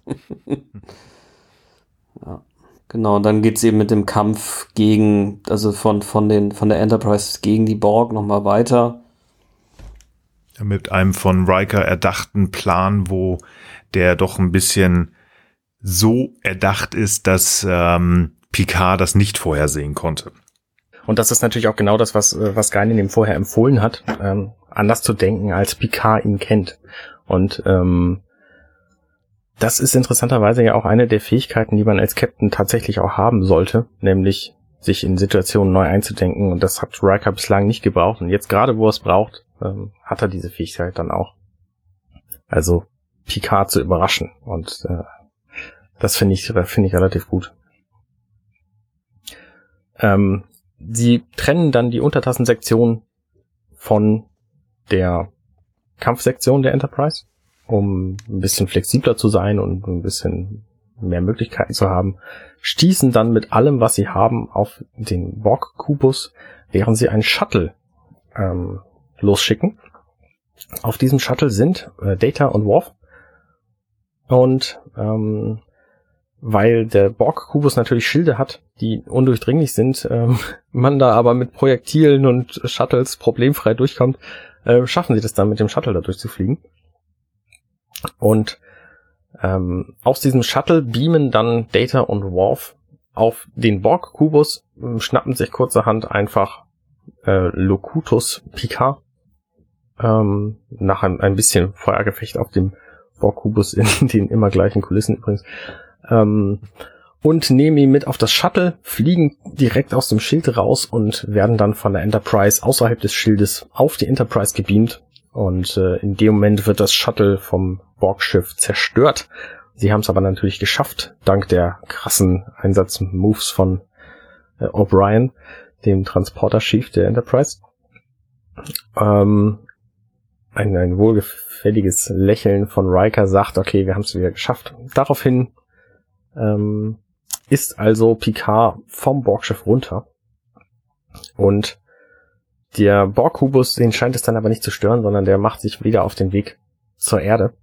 Ja, genau, und dann geht's eben mit dem Kampf gegen, also von, von den, von der Enterprise gegen die Borg nochmal weiter. Mit einem von Riker erdachten Plan, wo der doch ein bisschen so erdacht ist, dass ähm, Picard das nicht vorhersehen konnte. Und das ist natürlich auch genau das, was was Guinan ihm vorher empfohlen hat, ähm, anders zu denken, als Picard ihn kennt. Und ähm, das ist interessanterweise ja auch eine der Fähigkeiten, die man als Captain tatsächlich auch haben sollte, nämlich sich in Situationen neu einzudenken. Und das hat Riker bislang nicht gebraucht. Und jetzt gerade, wo er es braucht, ähm, hat er diese Fähigkeit dann auch. Also Picard zu überraschen. Und äh, das finde ich finde ich relativ gut. Ähm, Sie trennen dann die Untertassensektion von der Kampfsektion der Enterprise, um ein bisschen flexibler zu sein und ein bisschen mehr Möglichkeiten zu haben, stießen dann mit allem, was sie haben, auf den Borg-Kubus, während sie einen Shuttle ähm, losschicken. Auf diesem Shuttle sind äh, Data und Worf. Und ähm, weil der Borg-Kubus natürlich Schilde hat, die undurchdringlich sind, ähm, man da aber mit Projektilen und Shuttles problemfrei durchkommt, äh, schaffen sie das dann mit dem Shuttle da durchzufliegen. Und ähm, aus diesem Shuttle beamen dann Data und Worf auf den Borg-Kubus, äh, schnappen sich kurzerhand einfach äh, Locutus Picard ähm, nach ein, ein bisschen Feuergefecht auf dem Borg-Kubus in den immer gleichen Kulissen übrigens. Ähm, und nehmen ihn mit auf das Shuttle, fliegen direkt aus dem Schild raus und werden dann von der Enterprise außerhalb des Schildes auf die Enterprise gebeamt. Und äh, in dem Moment wird das Shuttle vom Borg-Schiff zerstört. Sie haben es aber natürlich geschafft, dank der krassen Einsatzmoves von äh, O'Brien, dem Transporter-Chief der Enterprise. Ähm, ein, ein wohlgefälliges Lächeln von Riker sagt, okay, wir haben es wieder geschafft. Daraufhin ähm, ist also Picard vom Borgschiff runter. Und der Borg-Kubus, den scheint es dann aber nicht zu stören, sondern der macht sich wieder auf den Weg zur Erde.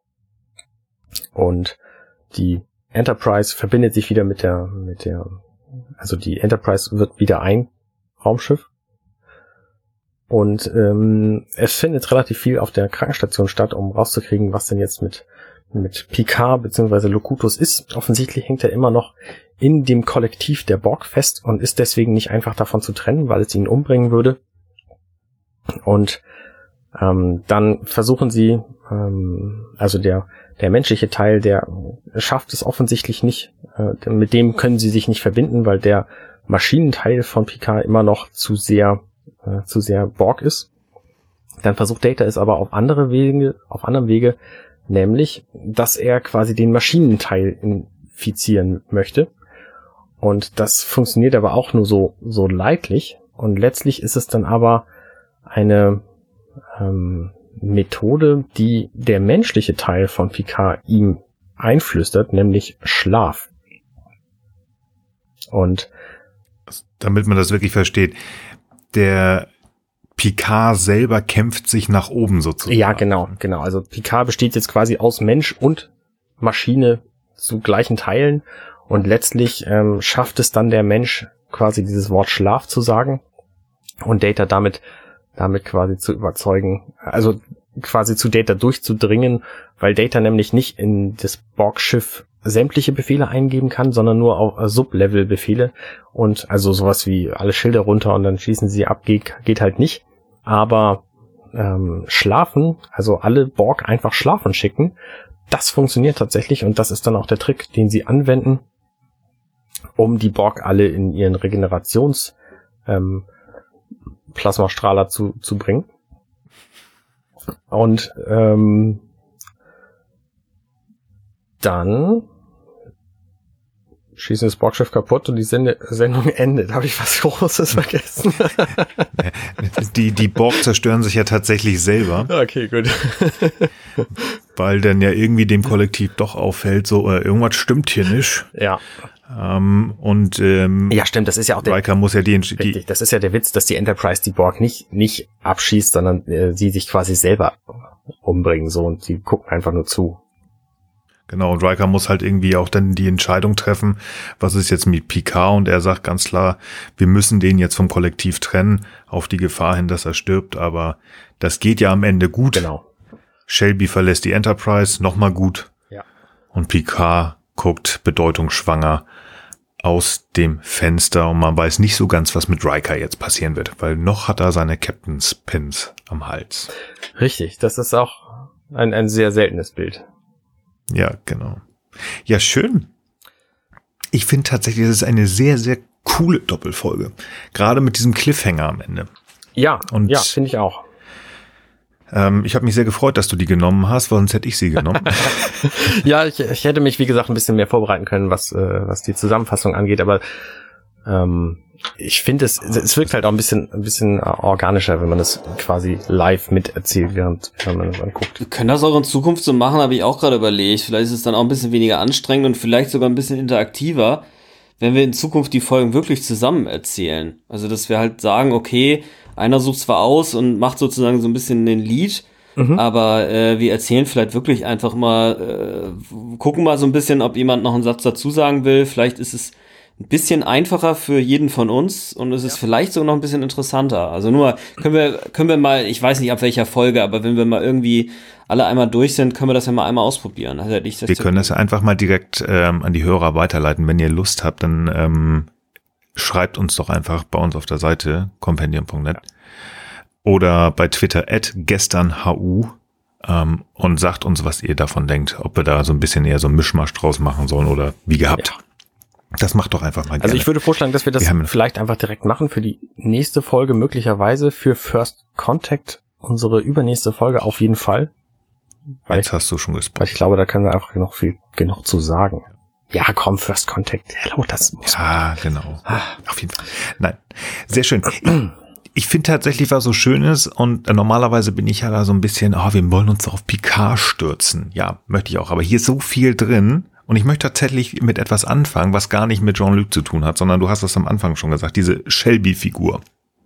Und die Enterprise verbindet sich wieder mit der, mit der, also die Enterprise wird wieder ein Raumschiff. Und ähm, es findet relativ viel auf der Krankenstation statt, um rauszukriegen, was denn jetzt mit mit Picard bzw. Locutus ist. Offensichtlich hängt er immer noch in dem Kollektiv der Borg fest und ist deswegen nicht einfach davon zu trennen, weil es ihn umbringen würde. Und ähm, dann versuchen sie, ähm, also der der menschliche Teil, der schafft es offensichtlich nicht. Äh, mit dem können sie sich nicht verbinden, weil der Maschinenteil von Picard immer noch zu sehr äh, zu sehr Borg ist. Dann versucht Data es aber auf andere Wege, auf anderem Wege, nämlich, dass er quasi den Maschinenteil infizieren möchte. Und das funktioniert aber auch nur so, so leidlich. Und letztlich ist es dann aber eine ähm, Methode, die der menschliche Teil von Picard ihm einflüstert, nämlich Schlaf. Und damit man das wirklich versteht, der Picard selber kämpft sich nach oben sozusagen. Ja, genau, genau. Also Picard besteht jetzt quasi aus Mensch und Maschine zu gleichen Teilen und letztlich ähm, schafft es dann der Mensch quasi dieses Wort Schlaf zu sagen und Data damit damit quasi zu überzeugen, also quasi zu Data durchzudringen, weil Data nämlich nicht in das Borg-Schiff sämtliche Befehle eingeben kann, sondern nur auf äh, Sub-Level-Befehle und also sowas wie alle Schilder runter und dann schießen sie ab, geht, geht halt nicht. Aber ähm, schlafen, also alle Borg einfach schlafen schicken, das funktioniert tatsächlich und das ist dann auch der Trick, den sie anwenden, um die Borg alle in ihren Regenerations ähm, Plasmastrahler zu, zu bringen. Und ähm, dann schießen das Borgschiff kaputt und die Sende- Sendung endet. Habe ich was Großes vergessen? die, die Borg zerstören sich ja tatsächlich selber. Okay, gut. Weil dann ja irgendwie dem Kollektiv doch auffällt, so äh, irgendwas stimmt hier nicht. Ja. Ähm, und ähm, ja, stimmt, das ist ja auch der Riker muss ja die, die richtig, das ist ja der Witz, dass die Enterprise die Borg nicht nicht abschießt, sondern äh, sie sich quasi selber umbringen so und die gucken einfach nur zu. Genau, und Riker muss halt irgendwie auch dann die Entscheidung treffen, was ist jetzt mit Picard, und er sagt ganz klar, wir müssen den jetzt vom Kollektiv trennen, auf die Gefahr hin, dass er stirbt, aber das geht ja am Ende gut. Genau. Shelby verlässt die Enterprise, nochmal gut. Ja. Und Picard guckt bedeutungsschwanger aus dem Fenster und man weiß nicht so ganz, was mit Riker jetzt passieren wird, weil noch hat er seine Captain's Pins am Hals. Richtig, das ist auch ein, ein sehr seltenes Bild. Ja, genau. Ja, schön. Ich finde tatsächlich, das ist eine sehr, sehr coole Doppelfolge. Gerade mit diesem Cliffhanger am Ende. Ja, und ja, finde ich auch. Ähm, ich habe mich sehr gefreut, dass du die genommen hast, weil sonst hätte ich sie genommen. Ja, ich, ich hätte mich, wie gesagt, ein bisschen mehr vorbereiten können, was äh, was die Zusammenfassung angeht, aber ähm, ich finde, es es wirkt halt auch ein bisschen ein bisschen organischer, wenn man das quasi live miterzählt, während wenn man das anguckt. Wir können das auch in Zukunft so machen, habe ich auch gerade überlegt. Vielleicht ist es dann auch ein bisschen weniger anstrengend und vielleicht sogar ein bisschen interaktiver, wenn wir in Zukunft die Folgen wirklich zusammen erzählen. Also, dass wir halt sagen, okay, einer sucht zwar aus und macht sozusagen so ein bisschen den Lead, mhm. aber äh, wir erzählen vielleicht wirklich einfach mal, äh, gucken mal so ein bisschen, ob jemand noch einen Satz dazu sagen will. Vielleicht ist es ein bisschen einfacher für jeden von uns und es ist ja. vielleicht sogar noch ein bisschen interessanter. Also nur, können wir können wir mal, ich weiß nicht ab welcher Folge, aber wenn wir mal irgendwie alle einmal durch sind, können wir das ja mal einmal ausprobieren. Also ich das wir können das ja einfach mal direkt ähm, an die Hörer weiterleiten. Wenn ihr Lust habt, dann ähm, schreibt uns doch einfach bei uns auf der Seite compendium punkt net oder bei Twitter at gesternhu ähm, und sagt uns, was ihr davon denkt. Ob wir da so ein bisschen eher so einen Mischmasch draus machen sollen oder wie gehabt. Ja. Das macht doch einfach mal gerne. Also ich würde vorschlagen, dass wir das wir vielleicht einfach direkt machen für die nächste Folge, möglicherweise für First Contact, unsere übernächste Folge auf jeden Fall. Weil Jetzt ich, hast du schon gesprochen. Weil ich glaube, da können wir einfach noch viel genug zu sagen. Ja, komm, First Contact. Hello, das muss Ja, genau. Ah. Auf jeden Fall. Nein, sehr schön. Ich, ich finde tatsächlich, was so schön ist, und normalerweise bin ich ja da so ein bisschen, oh, wir wollen uns doch auf Picard stürzen. Ja, möchte ich auch. Aber hier ist so viel drin. Und ich möchte tatsächlich mit etwas anfangen, was gar nicht mit Jean-Luc zu tun hat, sondern du hast es am Anfang schon gesagt, diese Shelby-Figur.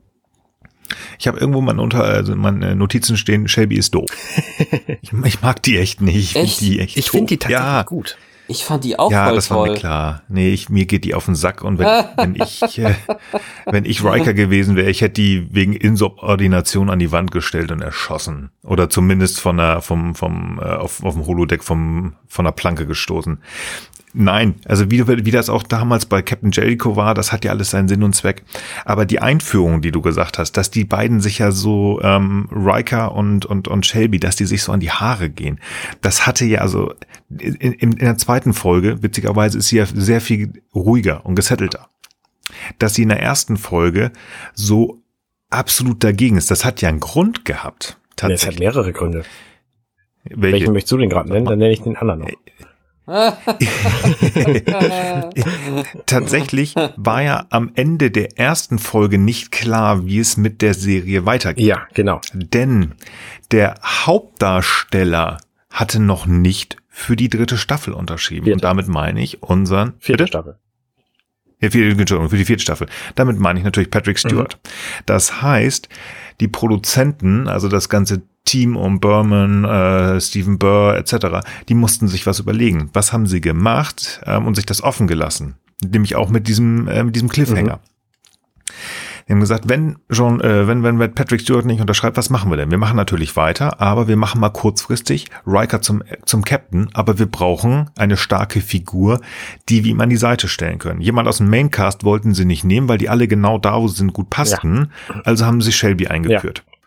Ich habe irgendwo mal unter also meine Notizen stehen, Shelby ist doof. ich, ich mag die echt nicht. Echt? Die echt ich finde die tatsächlich ja. gut. Ich fand die auch ja, voll das toll. war mir klar. Nee, ich, mir geht die auf den Sack. Und wenn, wenn ich äh, wenn ich Riker gewesen wäre, ich hätte die wegen Insubordination an die Wand gestellt und erschossen. Oder zumindest von der, vom, vom, äh, auf, auf dem Holodeck vom, von der Planke gestoßen. Nein, also wie, wie das auch damals bei Captain Jellicoe war, das hat ja alles seinen Sinn und Zweck. Aber die Einführung, die du gesagt hast, dass die beiden sich ja so, ähm, Riker und, und, und Shelby, dass die sich so an die Haare gehen, das hatte ja also, in, in, in der zweiten Folge, witzigerweise ist sie ja sehr viel ruhiger und gesettelter. Dass sie in der ersten Folge so absolut dagegen ist, das hat ja einen Grund gehabt. Tatsächlich. Es hat mehrere Gründe. Welche? Welchen möchtest du denn gerade nennen? Dann nenne ich den anderen noch. Tatsächlich war ja am Ende der ersten Folge nicht klar, wie es mit der Serie weitergeht. Ja, genau. Denn der Hauptdarsteller hatte noch nicht für die dritte Staffel unterschrieben. Vierte. Und damit meine ich unseren... Vierte Bitte? Staffel. Ja, für, Entschuldigung, für die vierte Staffel. Damit meine ich natürlich Patrick Stewart. Mhm. Das heißt, die Produzenten, also das ganze Team um Berman, äh, Stephen Burr et cetera, die mussten sich was überlegen. Was haben sie gemacht ähm, und sich das offen gelassen? Nämlich auch mit diesem äh, mit diesem Cliffhanger. Mhm. Wir haben gesagt, wenn Jean, äh, wenn wenn Patrick Stewart nicht unterschreibt, was machen wir denn? Wir machen natürlich weiter, aber wir machen mal kurzfristig Riker zum zum Captain, aber wir brauchen eine starke Figur, die wir ihm an die Seite stellen können. Jemand aus dem Maincast wollten sie nicht nehmen, weil die alle genau da, wo sie sind, gut passten. Ja. Also haben sie Shelby eingeführt. Ja.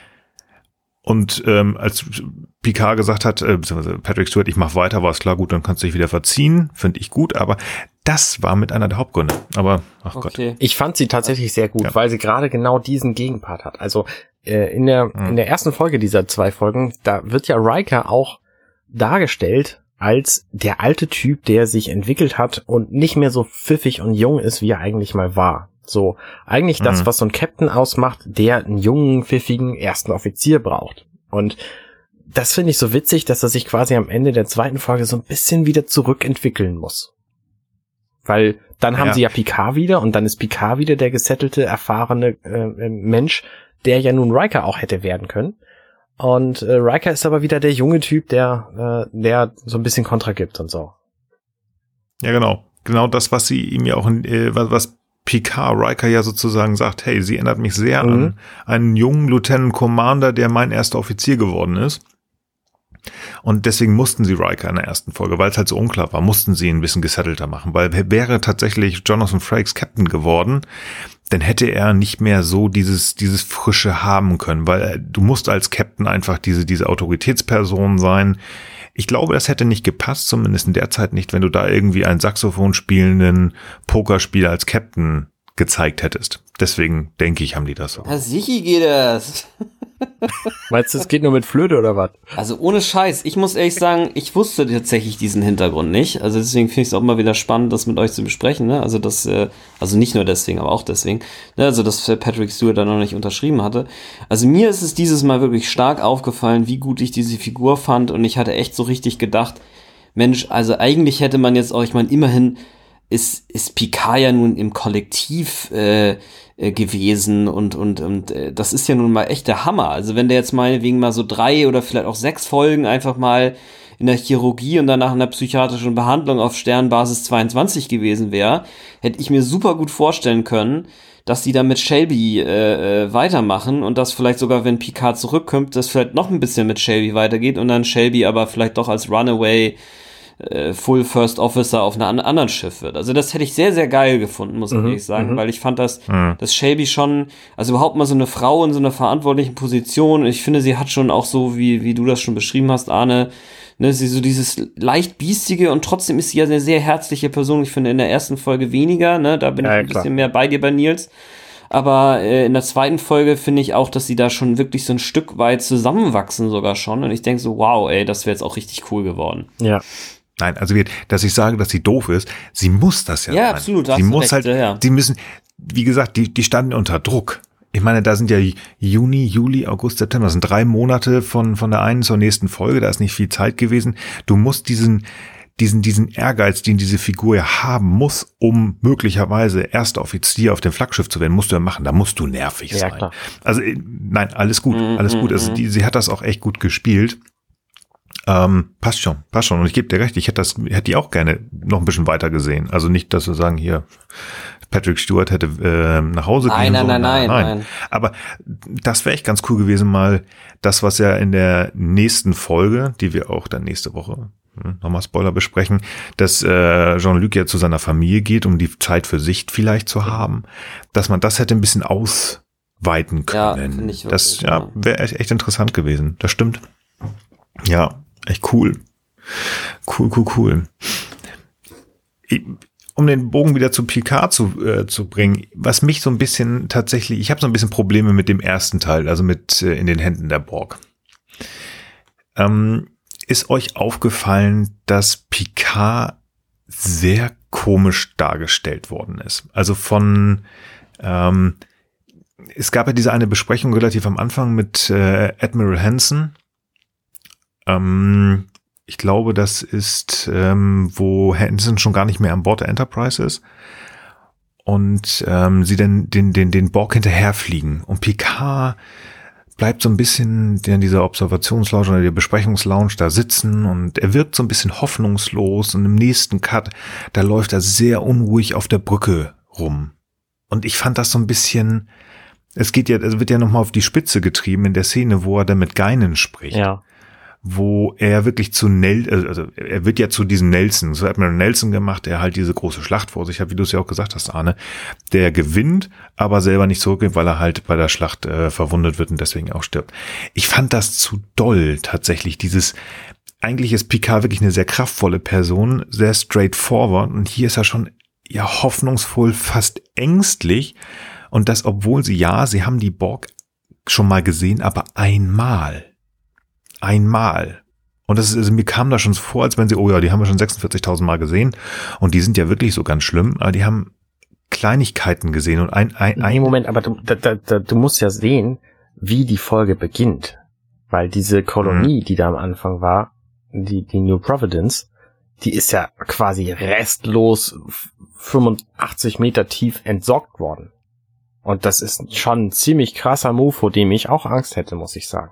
Und ähm, als Picard gesagt hat, äh, Patrick Stewart, ich mach weiter, war es klar, gut, dann kannst du dich wieder verziehen, finde ich gut, aber das war mit einer der Hauptgründe. Aber, ach okay. Gott. Ich fand sie tatsächlich sehr gut, ja. weil sie gerade genau diesen Gegenpart hat. Also äh, in der hm. in der ersten Folge dieser zwei Folgen, da wird ja Riker auch dargestellt als der alte Typ, der sich entwickelt hat und nicht mehr so pfiffig und jung ist, wie er eigentlich mal war. So, eigentlich das, mhm. was so ein Captain ausmacht, der einen jungen, pfiffigen ersten Offizier braucht. Und das finde ich so witzig, dass er sich quasi am Ende der zweiten Folge so ein bisschen wieder zurückentwickeln muss. Weil dann haben ja. sie ja Picard wieder und dann ist Picard wieder der gesettelte, erfahrene äh, Mensch, der ja nun Riker auch hätte werden können. Und äh, Riker ist aber wieder der junge Typ, der, äh, der so ein bisschen Kontra gibt und so. Ja, genau. Genau das, was sie ihm ja auch, äh, was, was Picard Riker ja sozusagen sagt, hey, sie erinnert mich sehr mhm. an einen jungen Lieutenant Commander, der mein erster Offizier geworden ist. Und deswegen mussten sie Riker in der ersten Folge, weil es halt so unklar war, mussten sie ihn ein bisschen gesettelter machen, weil wäre tatsächlich Jonathan Frakes Captain geworden, dann hätte er nicht mehr so dieses dieses Frische haben können, weil du musst als Captain einfach diese diese Autoritätsperson sein. Ich glaube, das hätte nicht gepasst, zumindest in der Zeit nicht, wenn du da irgendwie einen Saxophon spielenden Pokerspieler als Captain gezeigt hättest. Deswegen denke ich, haben die das so. Ja, sicher geht das. Meinst du, es geht nur mit Flöte oder was? Also ohne Scheiß, ich muss ehrlich sagen, ich wusste tatsächlich diesen Hintergrund nicht. Also deswegen finde ich es auch mal wieder spannend, das mit euch zu besprechen. Ne? Also das, äh, also nicht nur deswegen, aber auch deswegen. Ne? Also dass Patrick Stewart da noch nicht unterschrieben hatte. Also mir ist es dieses Mal wirklich stark aufgefallen, wie gut ich diese Figur fand. Und ich hatte echt so richtig gedacht, Mensch, also eigentlich hätte man jetzt auch, ich meine, immerhin ist ist Picard ja nun im Kollektiv äh, äh, gewesen und und und äh, das ist ja nun mal echt der Hammer. Also wenn der jetzt meinetwegen mal so drei oder vielleicht auch sechs Folgen einfach mal in der Chirurgie und danach in der psychiatrischen Behandlung auf Sternbasis zweiundzwanzig gewesen wäre, hätte ich mir super gut vorstellen können, dass die da mit Shelby äh, äh, weitermachen und dass vielleicht sogar, wenn Picard zurückkommt, das vielleicht noch ein bisschen mit Shelby weitergeht und dann Shelby aber vielleicht doch als Runaway Full First Officer auf einem anderen Schiff wird. Also das hätte ich sehr, sehr geil gefunden, muss ich mhm, ehrlich sagen, mhm. weil ich fand, dass, mhm. dass Shelby schon, also überhaupt mal so eine Frau in so einer verantwortlichen Position, ich finde, sie hat schon auch so, wie wie du das schon beschrieben hast, Arne, ne, sie so dieses leicht biestige und trotzdem ist sie ja eine sehr herzliche Person. Ich finde in der ersten Folge weniger, ne, da bin ja, ich ein klar. bisschen mehr bei dir bei Nils. Aber äh, in der zweiten Folge finde ich auch, dass sie da schon wirklich so ein Stück weit zusammenwachsen sogar schon und ich denke so, wow, ey, das wäre jetzt auch richtig cool geworden. Ja. Nein, also dass ich sage, dass sie doof ist, sie muss das ja. Ja, sein. absolut. Sie muss recht, halt, ja. sie müssen, wie gesagt, die die standen unter Druck. Ich meine, da sind ja Juni, Juli, August, September, das sind drei Monate von von der einen zur nächsten Folge, da ist nicht viel Zeit gewesen. Du musst diesen diesen diesen Ehrgeiz, den diese Figur ja haben muss, um möglicherweise erster Offizier auf dem Flaggschiff zu werden, musst du ja machen. Da musst du nervig ja, sein. Klar. Also nein, alles gut, mm, alles gut. Also die, sie hat das auch echt gut gespielt. Ähm, passt schon, passt schon. Und ich gebe dir recht, ich hätte das, hätte die auch gerne noch ein bisschen weiter gesehen. Also nicht, dass wir sagen, hier, Patrick Stewart hätte äh, nach Hause nein, gehen nein, sollen. Nein, nein, nein, nein. Aber das wäre echt ganz cool gewesen, mal das, was ja in der nächsten Folge, die wir auch dann nächste Woche, hm, nochmal Spoiler besprechen, dass äh, Jean-Luc ja zu seiner Familie geht, um die Zeit für sich vielleicht zu haben, dass man das hätte ein bisschen ausweiten können. Ja, ich das ja, wäre echt, echt interessant gewesen. Das stimmt. Ja. Echt cool. Cool, cool, cool. Ich, um den Bogen wieder zu Picard zu, äh, zu bringen, was mich so ein bisschen tatsächlich, ich habe so ein bisschen Probleme mit dem ersten Teil, also mit äh, in den Händen der Borg. Ähm, ist euch aufgefallen, dass Picard sehr komisch dargestellt worden ist? Also von, ähm, es gab ja diese eine Besprechung relativ am Anfang mit äh, Admiral Hansen. Ähm, ich glaube, das ist, ähm, wo Hansen schon gar nicht mehr an Bord der Enterprise ist. Und ähm, sie dann den, den, den Borg hinterherfliegen. Und Picard bleibt so ein bisschen in dieser Observationslounge oder der Besprechungslounge da sitzen und er wirkt so ein bisschen hoffnungslos und im nächsten Cut, da läuft er sehr unruhig auf der Brücke rum. Und ich fand das so ein bisschen, es geht ja, es wird ja nochmal auf die Spitze getrieben in der Szene, wo er dann mit Guinan spricht. Ja. Wo er wirklich zu Nel, also er wird ja zu diesem Nelson, so Admiral Nelson gemacht, der halt diese große Schlacht vor sich hat, wie du es ja auch gesagt hast, Arne, der gewinnt, aber selber nicht zurückgeht, weil er halt bei der Schlacht äh, verwundet wird und deswegen auch stirbt. Ich fand das zu doll tatsächlich, dieses, eigentlich ist Picard wirklich eine sehr kraftvolle Person, sehr straightforward und hier ist er schon ja hoffnungsvoll, fast ängstlich und das, obwohl sie, ja, sie haben die Borg schon mal gesehen, aber einmal. Einmal. Und das ist, also mir kam da schon vor, als wenn sie, oh ja, die haben wir schon sechsundvierzigtausend Mal gesehen. Und die sind ja wirklich so ganz schlimm, aber die haben Kleinigkeiten gesehen und ein, ein, ein Nee, Moment, aber du, da, da, du musst ja sehen, wie die Folge beginnt. Weil diese Kolonie, mhm. die da am Anfang war, die, die New Providence, die ist ja quasi restlos fünfundachtzig Meter tief entsorgt worden. Und das ist schon ein ziemlich krasser Move, vor dem ich auch Angst hätte, muss ich sagen.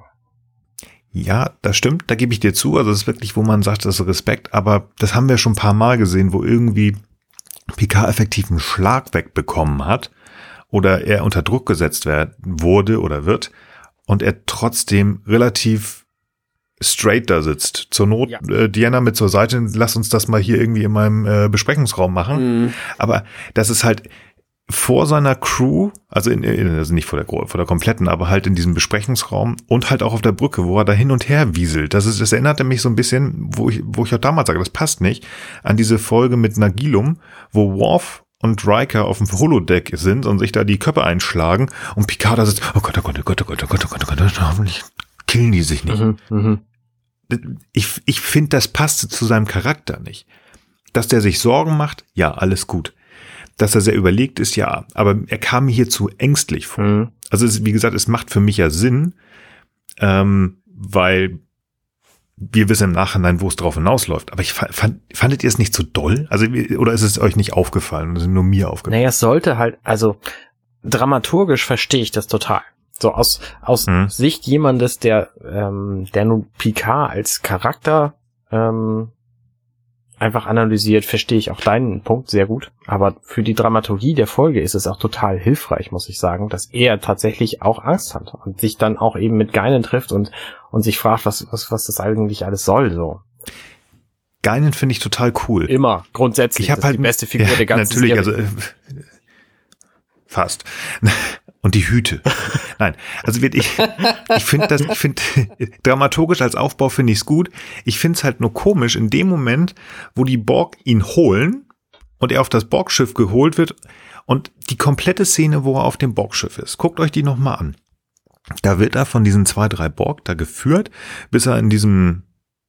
Ja, das stimmt, da gebe ich dir zu. Also das ist wirklich, wo man sagt, das ist Respekt. Aber das haben wir schon ein paar Mal gesehen, wo irgendwie Picard effektiv einen Schlag wegbekommen hat oder er unter Druck gesetzt werd, wurde oder wird und er trotzdem relativ straight da sitzt. Zur Not, ja. äh, Diana mit zur Seite, lass uns das mal hier irgendwie in meinem äh, Besprechungsraum machen. Mhm. Aber das ist halt vor seiner Crew, also, in, also nicht vor der, vor der kompletten, aber halt in diesem Besprechungsraum und halt auch auf der Brücke, wo er da hin und her wieselt. Das ist, das erinnerte mich so ein bisschen, wo ich, wo ich auch damals sage, das passt nicht, an diese Folge mit Nagilum, wo Worf und Riker auf dem Holodeck sind und sich da die Köpfe einschlagen und Picard da sitzt, oh Gott, oh Gott, oh Gott, oh Gott, oh Gott, oh Gott, oh Gott, hoffentlich killen die sich nicht. Mhm, mh. Ich, ich finde, das passte zu seinem Charakter nicht. Dass der sich Sorgen macht, ja, alles gut. Dass er sehr überlegt ist, ja, aber er kam mir hier zu ängstlich vor. Mhm. Also es, wie gesagt, es macht für mich ja Sinn, ähm, weil wir wissen im Nachhinein, wo es drauf hinausläuft. Aber ich fand, fandet ihr es nicht so doll? Also oder ist es euch nicht aufgefallen? Oder ist es nur mir aufgefallen? Naja, es sollte halt, also dramaturgisch verstehe ich das total. So aus aus mhm. Sicht jemandes, der ähm, der nun Picard als Charakter ähm, einfach analysiert, verstehe ich auch deinen Punkt sehr gut. Aber für die Dramaturgie der Folge ist es auch total hilfreich, muss ich sagen, dass er tatsächlich auch Angst hat und sich dann auch eben mit Guinan trifft und und sich fragt, was was was das eigentlich alles soll. So. Guinan finde ich total cool. Immer, grundsätzlich. Ich habe halt die beste Figur ja, der ganzen natürlich, Serie. also äh, fast. Und die Hüte. Nein, also wird ich, ich finde das, ich finde, dramaturgisch als Aufbau finde ich es gut. Ich finde es halt nur komisch in dem Moment, wo die Borg ihn holen und er auf das Borgschiff geholt wird und die komplette Szene, wo er auf dem Borgschiff ist. Guckt euch die nochmal an. Da wird er von diesen zwei, drei Borg da geführt, bis er in diesem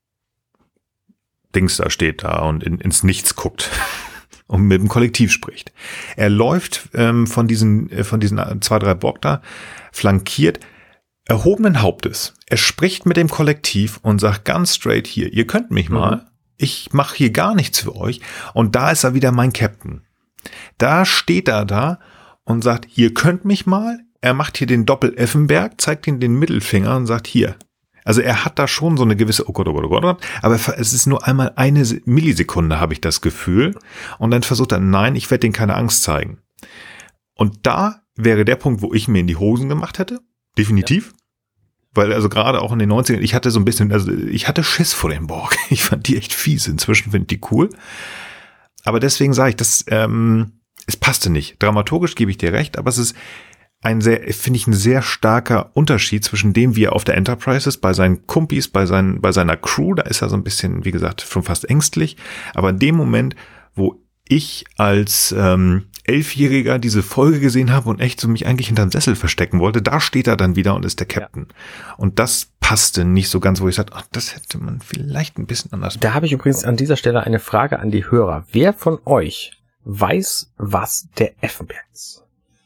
Dings da steht da und in, ins Nichts guckt. Und mit dem Kollektiv spricht. Er läuft ähm, von diesen äh, von diesen zwei, drei Borg da, flankiert, erhobenen Hauptes. Er spricht mit dem Kollektiv und sagt ganz straight hier, ihr könnt mich mal, mhm. ich mache hier gar nichts für euch. Und da ist er wieder mein Captain. Da steht er da und sagt, ihr könnt mich mal. Er macht hier den Doppel-Effenberg, zeigt ihm den Mittelfinger und sagt, hier. Also er hat da schon so eine gewisse, oh Gott, oh Gott, oh Gott, aber es ist nur einmal eine Millisekunde, habe ich das Gefühl. Und dann versucht er, nein, ich werde denen keine Angst zeigen. Und da wäre der Punkt, wo ich mir in die Hosen gemacht hätte. Definitiv. Ja. Weil also gerade auch in den neunzigern, ich hatte so ein bisschen, also ich hatte Schiss vor dem Borg. Ich fand die echt fies. Inzwischen finde ich die cool. Aber deswegen sage ich, das, ähm, es passte nicht. Dramaturgisch gebe ich dir recht, aber es ist ein sehr, finde ich, ein sehr starker Unterschied zwischen dem, wie er auf der Enterprise ist, bei seinen Kumpis, bei seinen, bei seiner Crew, da ist er so ein bisschen, wie gesagt, schon fast ängstlich. Aber in dem Moment, wo ich als ähm, Elfjähriger diese Folge gesehen habe und echt so mich eigentlich hinterm Sessel verstecken wollte, da steht er dann wieder und ist der Captain. Ja. Und das passte nicht so ganz, wo ich sagte, ach, das hätte man vielleicht ein bisschen anders machen. Da habe ich übrigens an dieser Stelle eine Frage an die Hörer. Wer von euch weiß, was der Effenberg ist?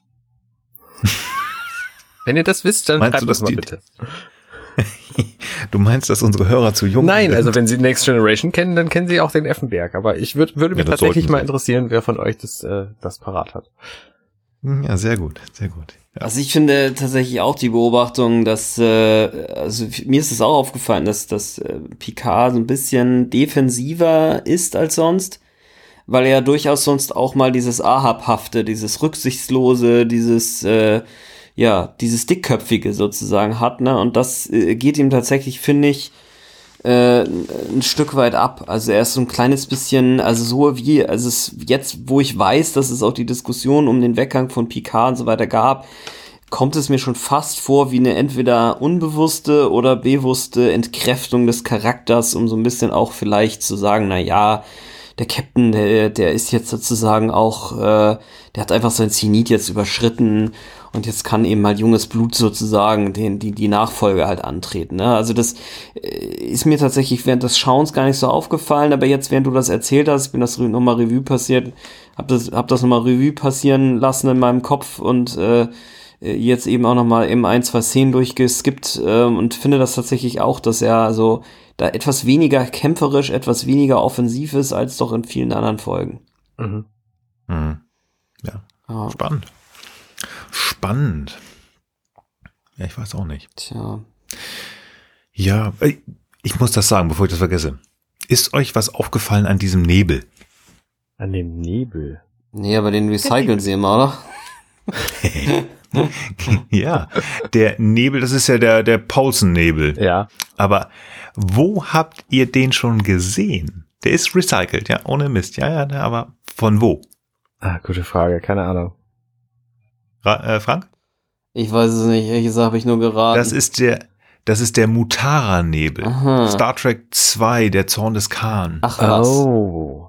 Wenn ihr das wisst, dann Meinst schreibt du, das mal die, bitte. Du meinst, dass unsere Hörer zu jung Nein, sind? also wenn sie Next Generation kennen, dann kennen sie auch den Effenberg. Aber ich würd, würde mich Ja, tatsächlich mal sie. interessieren, wer von euch das, äh, das parat hat. Ja, sehr gut, sehr gut. Ja. Also ich finde tatsächlich auch die Beobachtung, dass, äh, also mir ist es auch aufgefallen, dass, dass äh, Picard so ein bisschen defensiver ist als sonst, weil er durchaus sonst auch mal dieses Ahabhafte, dieses Rücksichtslose, dieses, äh, ja, dieses Dickköpfige sozusagen hat, ne, und das äh, geht ihm tatsächlich, finde ich, äh, ein Stück weit ab. Also er ist so ein kleines bisschen, also so wie, also es jetzt, wo ich weiß, dass es auch die Diskussion um den Weggang von Picard und so weiter gab, kommt es mir schon fast vor wie eine entweder unbewusste oder bewusste Entkräftung des Charakters, um so ein bisschen auch vielleicht zu sagen, na ja, der Captain, der, der ist jetzt sozusagen auch, äh, der hat einfach sein Zenit jetzt überschritten und jetzt kann eben mal junges Blut sozusagen den, die, die Nachfolge halt antreten. Ne? Also das äh, ist mir tatsächlich während des Schauens gar nicht so aufgefallen, aber jetzt, während du das erzählt hast, bin das nochmal Revue passiert, hab das, hab das nochmal Revue passieren lassen in meinem Kopf und äh, jetzt eben auch nochmal eben ein, zwei Szenen durchgeskippt äh, und finde das tatsächlich auch, dass er so da etwas weniger kämpferisch, etwas weniger offensiv ist, als doch in vielen anderen Folgen. Mhm. Mhm. Ja, Ja. spannend. Spannend. Ja, ich weiß auch nicht. Tja. Ja, ich muss das sagen, bevor ich das vergesse. Ist euch was aufgefallen an diesem Nebel? An dem Nebel? Nee, aber den recyceln sie immer, oder? Ja, der Nebel, das ist ja der, der Paulsen-Nebel. Ja. Aber wo habt ihr den schon gesehen? Der ist recycelt, ja, ohne Mist. Ja, ja, aber von wo? Ah, gute Frage, keine Ahnung. Ra- äh, Frank? Ich weiß es nicht, ehrlich gesagt habe ich nur geraten. Das ist der, das ist der Mutara-Nebel. Aha. Star Trek zwei, der Zorn des Khan. Ach was. Oh.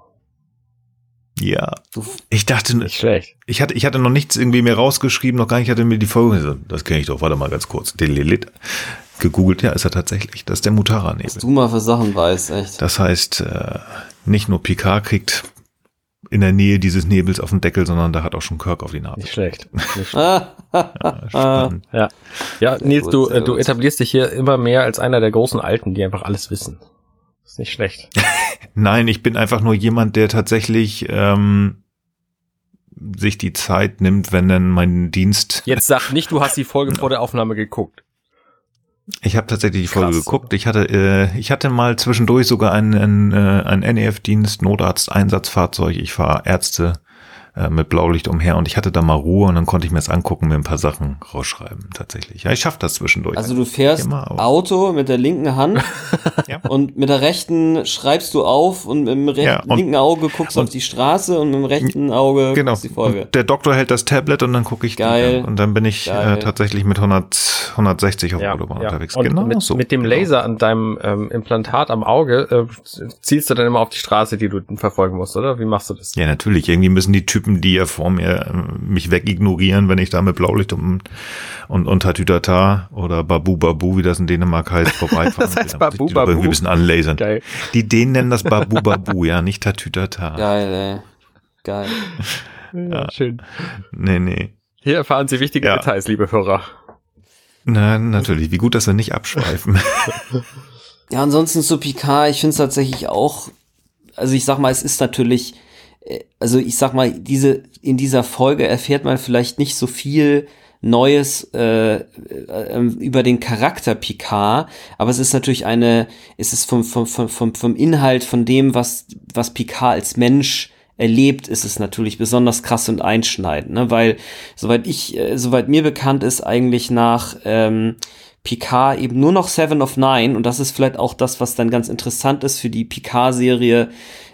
Ja. Du, Ich dachte, Nicht schlecht. ich hatte, ich hatte noch nichts irgendwie mir rausgeschrieben, noch gar nicht, hatte mir die Folge, das kenne ich doch, warte mal ganz kurz, Delelit, gegoogelt, ja, ist er tatsächlich, das ist der was Mutara-Nebel. du mal für Sachen weißt, echt. Das heißt, äh, nicht nur Picard kriegt in der Nähe dieses Nebels auf den Deckel, sondern da hat auch schon Kirk auf die Nase. Nicht schlecht. Nicht schlecht. Ah, Ja, spannend. Ja. Ja, Sehr Nils, gut, du, sehr äh, du gut. etablierst dich hier immer mehr als einer der großen Alten, die einfach alles wissen. Ist nicht schlecht. Nein, ich bin einfach nur jemand, der tatsächlich ähm, sich die Zeit nimmt, wenn dann mein Dienst. Jetzt sag nicht, du hast die Folge vor der Aufnahme geguckt. Ich habe tatsächlich die Folge Krass. geguckt. Ich hatte, äh, ich hatte mal zwischendurch sogar einen, einen, äh, einen N E F-Dienst, Notarzt-Einsatzfahrzeug. Ich fahre Ärzte äh, mit Blaulicht umher und ich hatte da mal Ruhe und dann konnte ich mir das angucken, mir ein paar Sachen rausschreiben tatsächlich. Ja, ich schaffe das zwischendurch. also du fährst Immer auf. Auto mit der linken Hand Ja. und mit der rechten schreibst du auf und mit dem rechten, Ja, und- linken Auge guckst du auf die Straße und mit dem rechten Auge Genau. guckst du die Folge. Und der Doktor hält das Tablet und dann gucke ich Geil. die an. Und dann bin ich Geil. äh, tatsächlich mit hundert, hundertsechzig auf der Ja, Autobahn ja. unterwegs. Und Genau mit, so. mit dem Genau. Laser an deinem ähm, Implantat am Auge äh, zielst du dann immer auf die Straße, die du verfolgen musst, oder? Wie machst du das? Ja, natürlich. Irgendwie müssen die Typen, die ja vor mir äh, mich wegignorieren, wenn ich da mit Blaulicht und, und, und Tatütata oder Babu Babu, wie das in Dänemark heißt, vorbeifahren. Das heißt Dann muss ich Babu die doch irgendwie Babu? ein bisschen anlasern. Geil. Die Dänen nennen das Babu Babu, ja, nicht Tatütata. Geil, ey. Geil. Ja, schön. Nee, nee. Hier erfahren Sie wichtige Ja. Details, liebe Hörer. Na, natürlich. Wie gut, dass wir nicht abschweifen. Ja, ansonsten zu Picard, ich finde es tatsächlich auch, also ich sag mal, es ist natürlich, äh, also ich sag mal, diese, in dieser Folge erfährt man vielleicht nicht so viel Neues äh, äh, über den Charakter Picard, aber es ist natürlich eine, es ist vom, vom, vom, vom, vom Inhalt von dem, was, was Picard als Mensch erlebt, ist es natürlich besonders krass und einschneidend, ne? Weil, soweit ich, äh, soweit mir bekannt ist, eigentlich nach ähm, Picard eben nur noch Seven of Nine, und das ist vielleicht auch das, was dann ganz interessant ist für die Picard-Serie,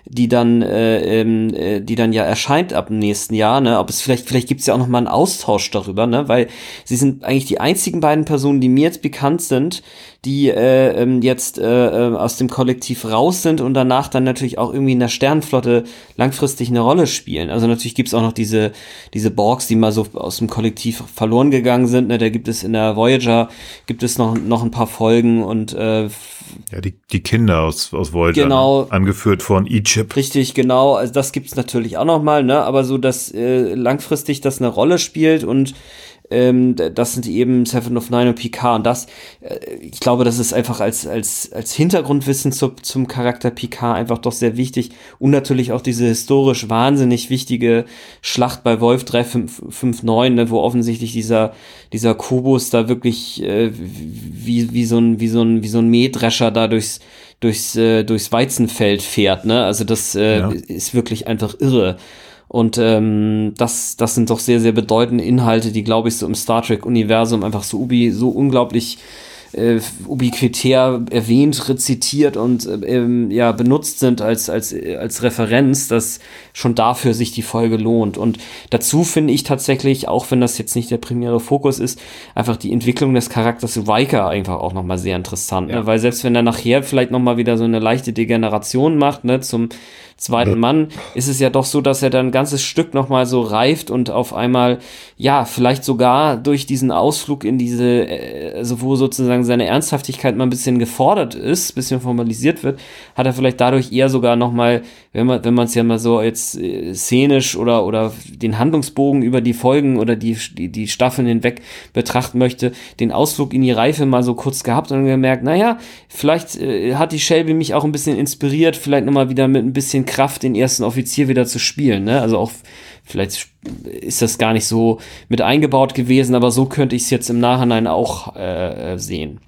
die dann, äh, äh, die dann ja erscheint ab dem nächsten Jahr, ne, ob es vielleicht, vielleicht gibt's ja auch noch mal einen Austausch darüber, ne, weil sie sind eigentlich die einzigen beiden Personen, die mir jetzt bekannt sind, die äh, jetzt äh, aus dem Kollektiv raus sind und danach dann natürlich auch irgendwie in der Sternenflotte langfristig eine Rolle spielen. Also natürlich gibt's auch noch diese diese Borgs, die mal so aus dem Kollektiv verloren gegangen sind. Ne? Da gibt es in der Voyager gibt es noch noch ein paar Folgen und äh, ja die die Kinder aus aus Voyager, genau, ne? Angeführt von E-Chip. Richtig, genau. Also das gibt's natürlich auch noch mal, ne? Aber so dass äh, langfristig das eine Rolle spielt und Ähm, das sind eben Seven of Nine und Picard und das, äh, ich glaube, das ist einfach als als als Hintergrundwissen zu, zum Charakter Picard einfach doch sehr wichtig und natürlich auch diese historisch wahnsinnig wichtige Schlacht bei Wolf drei fünf fünf neun, ne, wo offensichtlich dieser dieser Kubus da wirklich äh, wie wie so ein wie so ein wie so ein Mähdrescher da durchs durchs äh, durchs Weizenfeld fährt, ne? Also das äh, ja. ist wirklich einfach irre. Und ähm, das das sind doch sehr, sehr bedeutende Inhalte, die, glaube ich, so im Star Trek-Universum einfach so ubi, so unglaublich äh, ubiquitär erwähnt, rezitiert und ähm, ja benutzt sind als als als Referenz, dass schon dafür sich die Folge lohnt. Und dazu finde ich tatsächlich, auch wenn das jetzt nicht der primäre Fokus ist, einfach die Entwicklung des Charakters Riker einfach auch nochmal sehr interessant, ja. ne? Weil selbst wenn er nachher vielleicht nochmal wieder so eine leichte Degeneration macht, ne, zum zweiten Mann, ist es ja doch so, dass er dann ein ganzes Stück nochmal so reift und auf einmal, ja, vielleicht sogar durch diesen Ausflug in diese, also wo sozusagen seine Ernsthaftigkeit mal ein bisschen gefordert ist, ein bisschen formalisiert wird, hat er vielleicht dadurch eher sogar nochmal, wenn man wenn man es ja mal so jetzt äh, szenisch oder oder den Handlungsbogen über die Folgen oder die, die die Staffeln hinweg betrachten möchte, den Ausflug in die Reife mal so kurz gehabt und gemerkt, naja, vielleicht äh, hat die Shelby mich auch ein bisschen inspiriert, vielleicht nochmal wieder mit ein bisschen Kraft, den ersten Offizier wieder zu spielen, ne? Also auch, vielleicht ist das gar nicht so mit eingebaut gewesen, aber so könnte ich es jetzt im Nachhinein auch äh, sehen.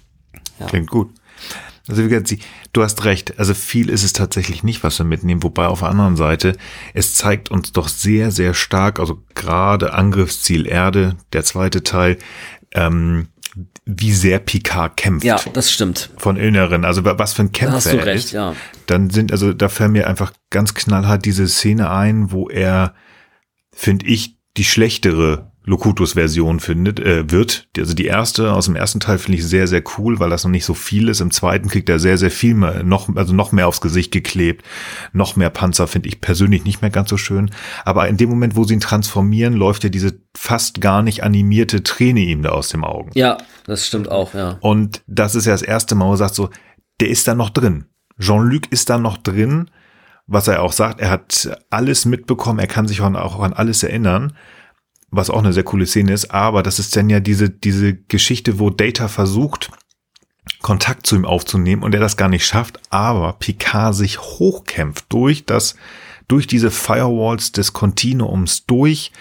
Ja. Klingt gut. Also wie gesagt, Sie, du hast recht, also viel ist es tatsächlich nicht, was wir mitnehmen, wobei auf der anderen Seite, es zeigt uns doch sehr, sehr stark, also gerade Angriffsziel Erde, der zweite Teil, ähm, wie sehr Picard kämpft. Ja, das stimmt. Von Inneren, also was für ein Kämpfer hast du er recht, ist. Ja. Dann sind, also da fällt mir einfach ganz knallhart diese Szene ein, wo er, finde ich, die schlechtere Locutus-Version findet, äh, wird. Also die erste, aus dem ersten Teil finde ich sehr, sehr cool, weil das noch nicht so viel ist. Im zweiten kriegt er sehr, sehr viel mehr, noch, also noch mehr aufs Gesicht geklebt. Noch mehr Panzer finde ich persönlich nicht mehr ganz so schön. Aber in dem Moment, wo sie ihn transformieren, läuft ja diese fast gar nicht animierte Träne ihm da aus dem Augen. Ja, das stimmt auch, ja. Und das ist ja das erste Mal, wo er sagt so, der ist da noch drin. Jean-Luc ist da noch drin, was er auch sagt, er hat alles mitbekommen, er kann sich auch an alles erinnern. Was auch eine sehr coole Szene ist, aber das ist dann ja diese diese Geschichte, wo Data versucht, Kontakt zu ihm aufzunehmen und er das gar nicht schafft, aber Picard sich hochkämpft durch das, durch diese Firewalls des Kontinuums durch,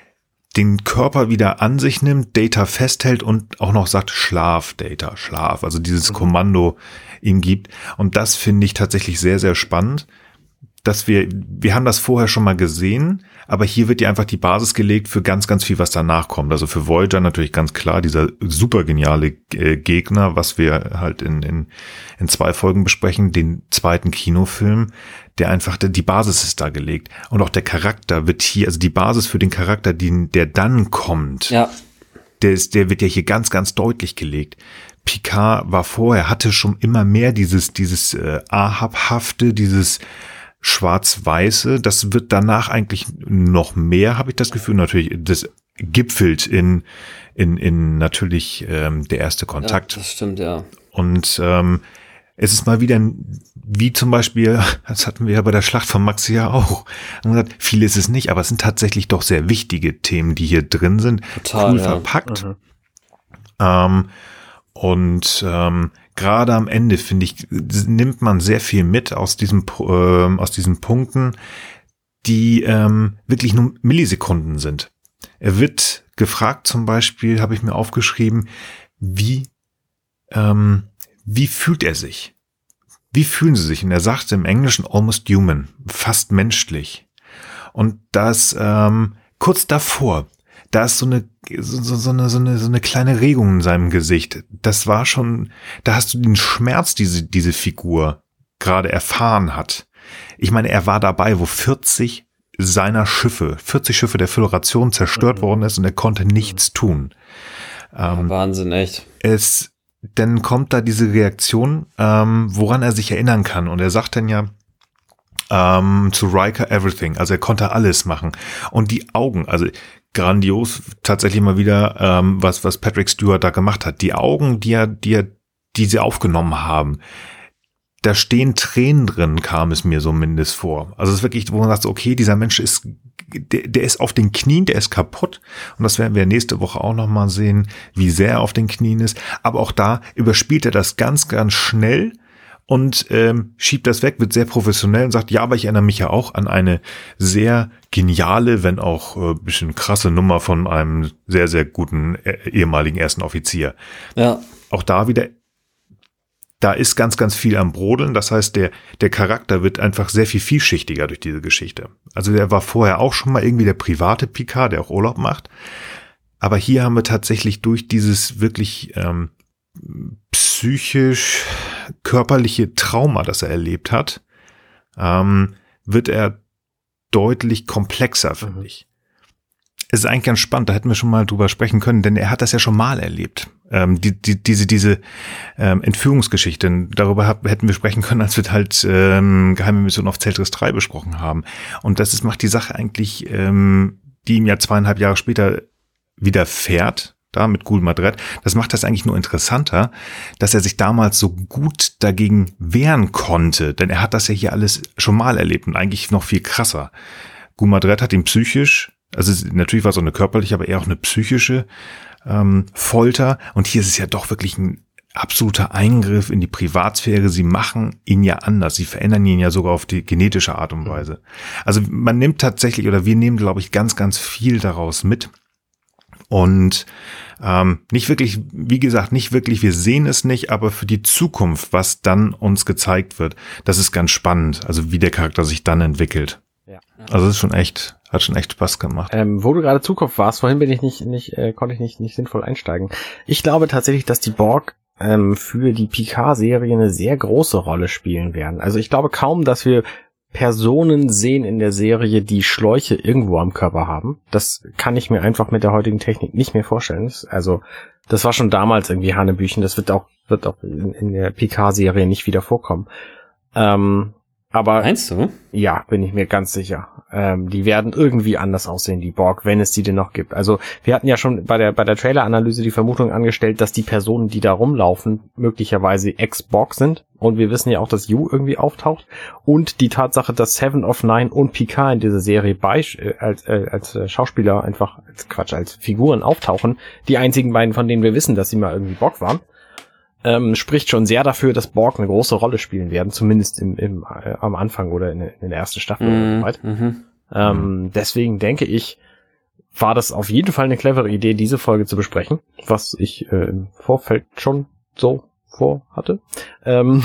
den Körper wieder an sich nimmt, Data festhält und auch noch sagt, Schlaf, Data, Schlaf, also dieses Kommando ihm gibt. Und das finde ich tatsächlich sehr, sehr spannend, dass wir, wir haben das vorher schon mal gesehen, aber hier wird ja einfach die Basis gelegt für ganz, ganz viel, was danach kommt. Also für Voyager natürlich ganz klar dieser super geniale äh, Gegner, was wir halt in, in, in zwei Folgen besprechen, den zweiten Kinofilm, der einfach, die Basis ist da gelegt. Und auch der Charakter wird hier, also die Basis für den Charakter, die, der dann kommt, ja. der ist, der wird ja hier ganz, ganz deutlich gelegt. Picard war vorher, hatte schon immer mehr dieses, dieses äh, Ahab-hafte, dieses Schwarz-Weiße, das wird danach eigentlich noch mehr, habe ich das Gefühl, natürlich, das gipfelt in, in, in natürlich ähm, der erste Kontakt. Ja, das stimmt, ja. Und ähm, es ist mal wieder, wie zum Beispiel, das hatten wir ja bei der Schlacht von Maxia auch, haben gesagt, viel ist es nicht, aber es sind tatsächlich doch sehr wichtige Themen, die hier drin sind, total, cool ja. verpackt. Mhm. Ähm, und ähm, gerade am Ende, finde ich, nimmt man sehr viel mit aus diesem, äh, aus diesen Punkten, die ähm, wirklich nur Millisekunden sind. Er wird gefragt zum Beispiel, habe ich mir aufgeschrieben, wie, ähm, wie fühlt er sich? Wie fühlen sie sich? Und er sagt im Englischen almost human, fast menschlich. Und das ähm, kurz davor, da ist so eine, so, so, eine, so eine, so eine kleine Regung in seinem Gesicht. Das war schon, da hast du den Schmerz, diese, diese Figur gerade erfahren hat. Ich meine, er war dabei, wo vierzig seiner Schiffe, vierzig Schiffe der Föderation zerstört mhm. worden ist und er konnte nichts tun. Ähm, Wahnsinn, echt. Es, dann kommt da diese Reaktion, ähm, woran er sich erinnern kann. Und er sagt dann ja ähm, zu Riker everything. Also er konnte alles machen. Und die Augen, also grandios tatsächlich mal wieder, ähm, was was Patrick Stewart da gemacht hat. Die Augen, die er, die er, die sie aufgenommen haben, da stehen Tränen drin, kam es mir zumindest vor. Also es ist wirklich, wo man sagt, okay, dieser Mensch ist, der, der ist auf den Knien, der ist kaputt. Und das werden wir nächste Woche auch noch mal sehen, wie sehr er auf den Knien ist. Aber auch da überspielt er das ganz, ganz schnell und ähm, schiebt das weg, wird sehr professionell und sagt, ja, aber ich erinnere mich ja auch an eine sehr geniale, wenn auch äh, bisschen krasse Nummer von einem sehr, sehr guten äh, ehemaligen ersten Offizier. Ja. Auch da wieder, da ist ganz, ganz viel am Brodeln. Das heißt, der der Charakter wird einfach sehr viel vielschichtiger durch diese Geschichte. Also der war vorher auch schon mal irgendwie der private Picard, der auch Urlaub macht. Aber hier haben wir tatsächlich durch dieses wirklich ähm, psychisch körperliche Trauma, das er erlebt hat, ähm, wird er deutlich komplexer, finde ich. Es ist eigentlich ganz spannend, da hätten wir schon mal drüber sprechen können, denn er hat das ja schon mal erlebt. Ähm, die, die, diese diese ähm, Entführungsgeschichten, darüber hab, hätten wir sprechen können, als wir halt ähm, Geheime Mission auf Zeltris drei besprochen haben. Und das ist, macht die Sache eigentlich, ähm, die ihm ja zweieinhalb Jahre später widerfährt, da mit Gul Madred, das macht das eigentlich nur interessanter, dass er sich damals so gut dagegen wehren konnte, denn er hat das ja hier alles schon mal erlebt und eigentlich noch viel krasser. Gul Madred hat ihn psychisch, also natürlich war es auch eine körperliche, aber eher auch eine psychische ähm, Folter. Und hier ist es ja doch wirklich ein absoluter Eingriff in die Privatsphäre. Sie machen ihn ja anders. Sie verändern ihn ja sogar auf die genetische Art und Weise. Also man nimmt tatsächlich, oder wir nehmen, glaube ich, ganz, ganz viel daraus mit. Und ähm, nicht wirklich, wie gesagt, nicht wirklich, wir sehen es nicht, aber für die Zukunft, was dann uns gezeigt wird, das ist ganz spannend. Also wie der Charakter sich dann entwickelt. Ja. Also es ist schon echt, hat schon echt Spaß gemacht. Ähm, wo du gerade Zukunft warst, vorhin bin ich nicht, nicht, äh, konnte ich nicht, nicht sinnvoll einsteigen. Ich glaube tatsächlich, dass die Borg ähm, für die Picard-Serie eine sehr große Rolle spielen werden. Also ich glaube kaum, dass wir Personen sehen in der Serie, die Schläuche irgendwo am Körper haben. Das kann ich mir einfach mit der heutigen Technik nicht mehr vorstellen. Also das war schon damals irgendwie Hanebüchen. Das wird auch, wird auch in, in der Picard-Serie nicht wieder vorkommen. Ähm, Aber meinst du? Ja, bin ich mir ganz sicher. Ähm, die werden irgendwie anders aussehen, die Borg, wenn es die denn noch gibt. Also wir hatten ja schon bei der bei der Trailer-Analyse die Vermutung angestellt, dass die Personen, die da rumlaufen, möglicherweise Ex-Borg sind. Und wir wissen ja auch, dass Yu irgendwie auftaucht. Und die Tatsache, dass Seven of Nine und Picard in dieser Serie bei, äh, als, äh, als Schauspieler einfach, als Quatsch, als Figuren auftauchen. Die einzigen beiden, von denen wir wissen, dass sie mal irgendwie Borg waren. Ähm, spricht schon sehr dafür, dass Borg eine große Rolle spielen werden, zumindest im, im, äh, am Anfang oder in, in der ersten Staffel mm, oder so weit. Mm-hmm. Ähm, deswegen denke ich, war das auf jeden Fall eine clevere Idee, diese Folge zu besprechen, was ich äh, im Vorfeld schon so vorhatte. Ähm,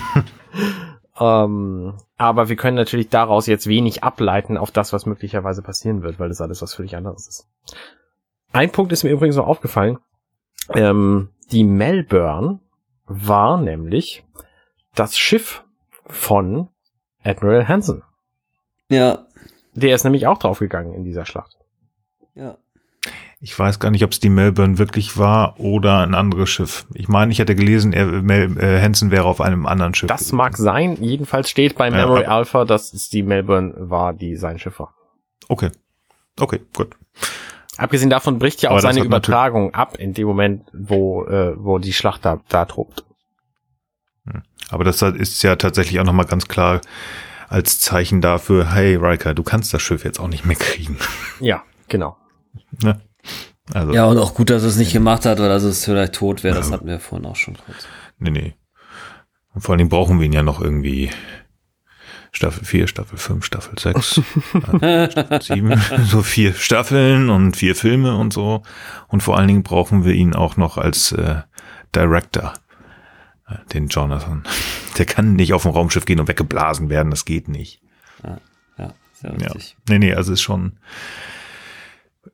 ähm, aber wir können natürlich daraus jetzt wenig ableiten auf das, was möglicherweise passieren wird, weil das alles was völlig anderes ist. Ein Punkt ist mir übrigens noch aufgefallen. Ähm, die Melbourne war nämlich das Schiff von Admiral Hansen. Ja. Der ist nämlich auch draufgegangen in dieser Schlacht. Ja. Ich weiß gar nicht, ob es die Melbourne wirklich war oder ein anderes Schiff. Ich meine, ich hätte gelesen, er, Mel, äh, Hansen wäre auf einem anderen Schiff. Das mag sein. Jedenfalls steht bei Memory ja, Alpha, dass es die Melbourne war, die sein Schiff war. Okay. Okay, gut. Abgesehen davon bricht ja auch seine Übertragung ab in dem Moment, wo äh, wo die Schlacht da, da tobt. Aber das ist ja tatsächlich auch nochmal ganz klar als Zeichen dafür, hey Riker, du kannst das Schiff jetzt auch nicht mehr kriegen. Ja, genau. Ne? Also, ja, und auch gut, dass es nicht gemacht hat, weil also es vielleicht tot wäre. Das hatten wir vorhin auch schon kurz. Nee, nee. Und vor allen Dingen brauchen wir ihn ja noch irgendwie Staffel vier, Staffel fünf, Staffel sechs, Staffel sieben, so vier Staffeln und vier Filme und so. Und vor allen Dingen brauchen wir ihn auch noch als äh, Director, äh, den Jonathan. Der kann nicht auf ein Raumschiff gehen und weggeblasen werden, das geht nicht. Ja, ja, sehr richtig. Ja. Nee, nee, also ist schon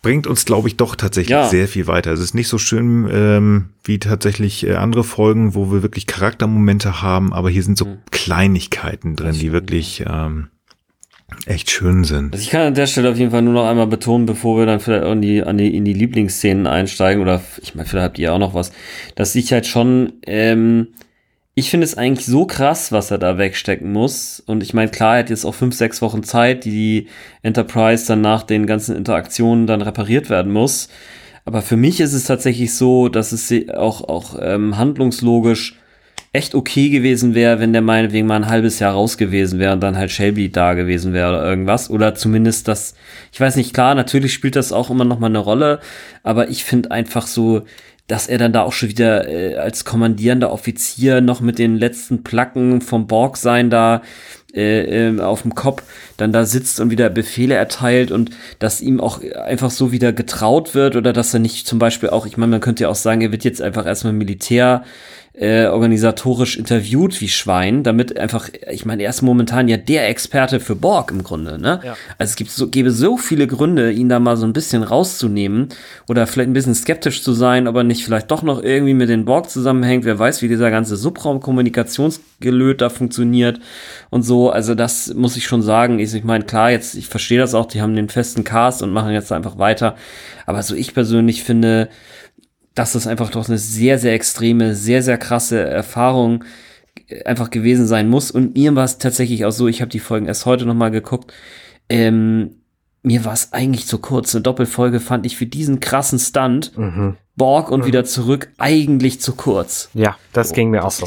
bringt uns, glaube ich, doch tatsächlich ja. sehr viel weiter. Es ist nicht so schön ähm, wie tatsächlich äh, andere Folgen, wo wir wirklich Charaktermomente haben, aber hier sind so mhm. Kleinigkeiten drin, die wirklich ähm, echt schön sind. Also ich kann an der Stelle auf jeden Fall nur noch einmal betonen, bevor wir dann vielleicht auch in die, an die, in die Lieblingsszenen einsteigen, oder ich meine, vielleicht habt ihr auch noch was, dass ich halt schon, ähm, ich finde es eigentlich so krass, was er da wegstecken muss. Und ich meine, klar, er hat jetzt auch fünf, sechs Wochen Zeit, die die Enterprise dann nach den ganzen Interaktionen dann repariert werden muss. Aber für mich ist es tatsächlich so, dass es auch, auch ähm, handlungslogisch echt okay gewesen wäre, wenn der meinetwegen mal ein halbes Jahr raus gewesen wäre und dann halt Shelby da gewesen wäre oder irgendwas. Oder zumindest das, ich weiß nicht, klar, natürlich spielt das auch immer noch mal eine Rolle, aber ich finde einfach so, dass er dann da auch schon wieder äh, als kommandierender Offizier noch mit den letzten Placken vom Borg sein da äh, äh, auf dem Kopf dann da sitzt und wieder Befehle erteilt und dass ihm auch einfach so wieder getraut wird oder dass er nicht zum Beispiel auch, ich meine, man könnte ja auch sagen, er wird jetzt einfach erstmal Militär Äh, organisatorisch interviewt wie Schwein, damit einfach, ich meine, er ist momentan ja der Experte für Borg im Grunde, ne? Ja. Also es gibt so, gäbe so viele Gründe, ihn da mal so ein bisschen rauszunehmen oder vielleicht ein bisschen skeptisch zu sein, aber nicht vielleicht doch noch irgendwie mit den Borg zusammenhängt. Wer weiß, wie dieser ganze Subraumkommunikationsgelöt da funktioniert und so. Also das muss ich schon sagen. Ich, ich meine, klar, jetzt, ich verstehe das auch, die haben den festen Cast und machen jetzt einfach weiter. Aber so ich persönlich finde, dass das einfach doch eine sehr, sehr extreme, sehr, sehr krasse Erfahrung einfach gewesen sein muss. Und mir war es tatsächlich auch so, ich habe die Folgen erst heute nochmal geguckt, ähm, mir war es eigentlich zu kurz. Eine Doppelfolge fand ich für diesen krassen Stunt, mhm. Borg und mhm. wieder zurück, eigentlich zu kurz. Ja, das so, ging mir auch so.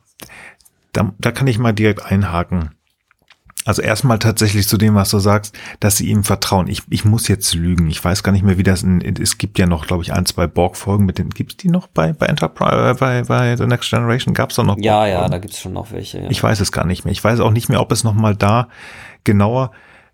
Da, da kann ich mal direkt einhaken. Also erstmal tatsächlich zu dem, was du sagst, dass sie ihm vertrauen. Ich, ich muss jetzt lügen. Ich weiß gar nicht mehr, wie das in, es gibt ja noch, glaube ich, ein, zwei Borg-Folgen mit den, gibt's die noch bei, bei Enterprise, bei, bei The Next Generation? Gab's da noch? Ja, ja, da gibt's schon noch welche. Ja. Ich weiß es gar nicht mehr. Ich weiß auch nicht mehr, ob es nochmal da genauer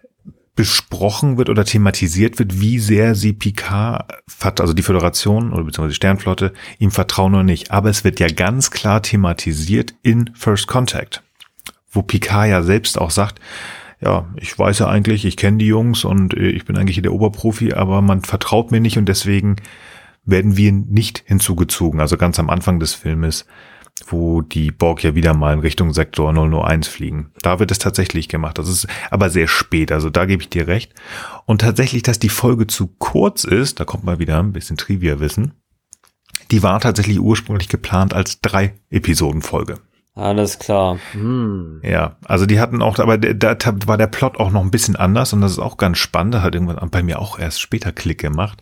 besprochen wird oder thematisiert wird, wie sehr sie Picard, also die Föderation oder beziehungsweise die Sternflotte, ihm vertrauen oder nicht. Aber es wird ja ganz klar thematisiert in First Contact, wo Picard ja selbst auch sagt, ja, ich weiß ja eigentlich, ich kenne die Jungs und ich bin eigentlich der Oberprofi, aber man vertraut mir nicht und deswegen werden wir nicht hinzugezogen. Also ganz am Anfang des Filmes, wo die Borg ja wieder mal in Richtung Sektor null null eins fliegen. Da wird es tatsächlich gemacht. Das ist aber sehr spät, also da gebe ich dir recht. Und tatsächlich, dass die Folge zu kurz ist, da kommt mal wieder ein bisschen Trivia-Wissen, die war tatsächlich ursprünglich geplant als drei Episoden-Folge. Alles klar. Hm. Ja, also die hatten auch, aber da war der Plot auch noch ein bisschen anders und das ist auch ganz spannend, hat irgendwann bei mir auch erst später Klick gemacht.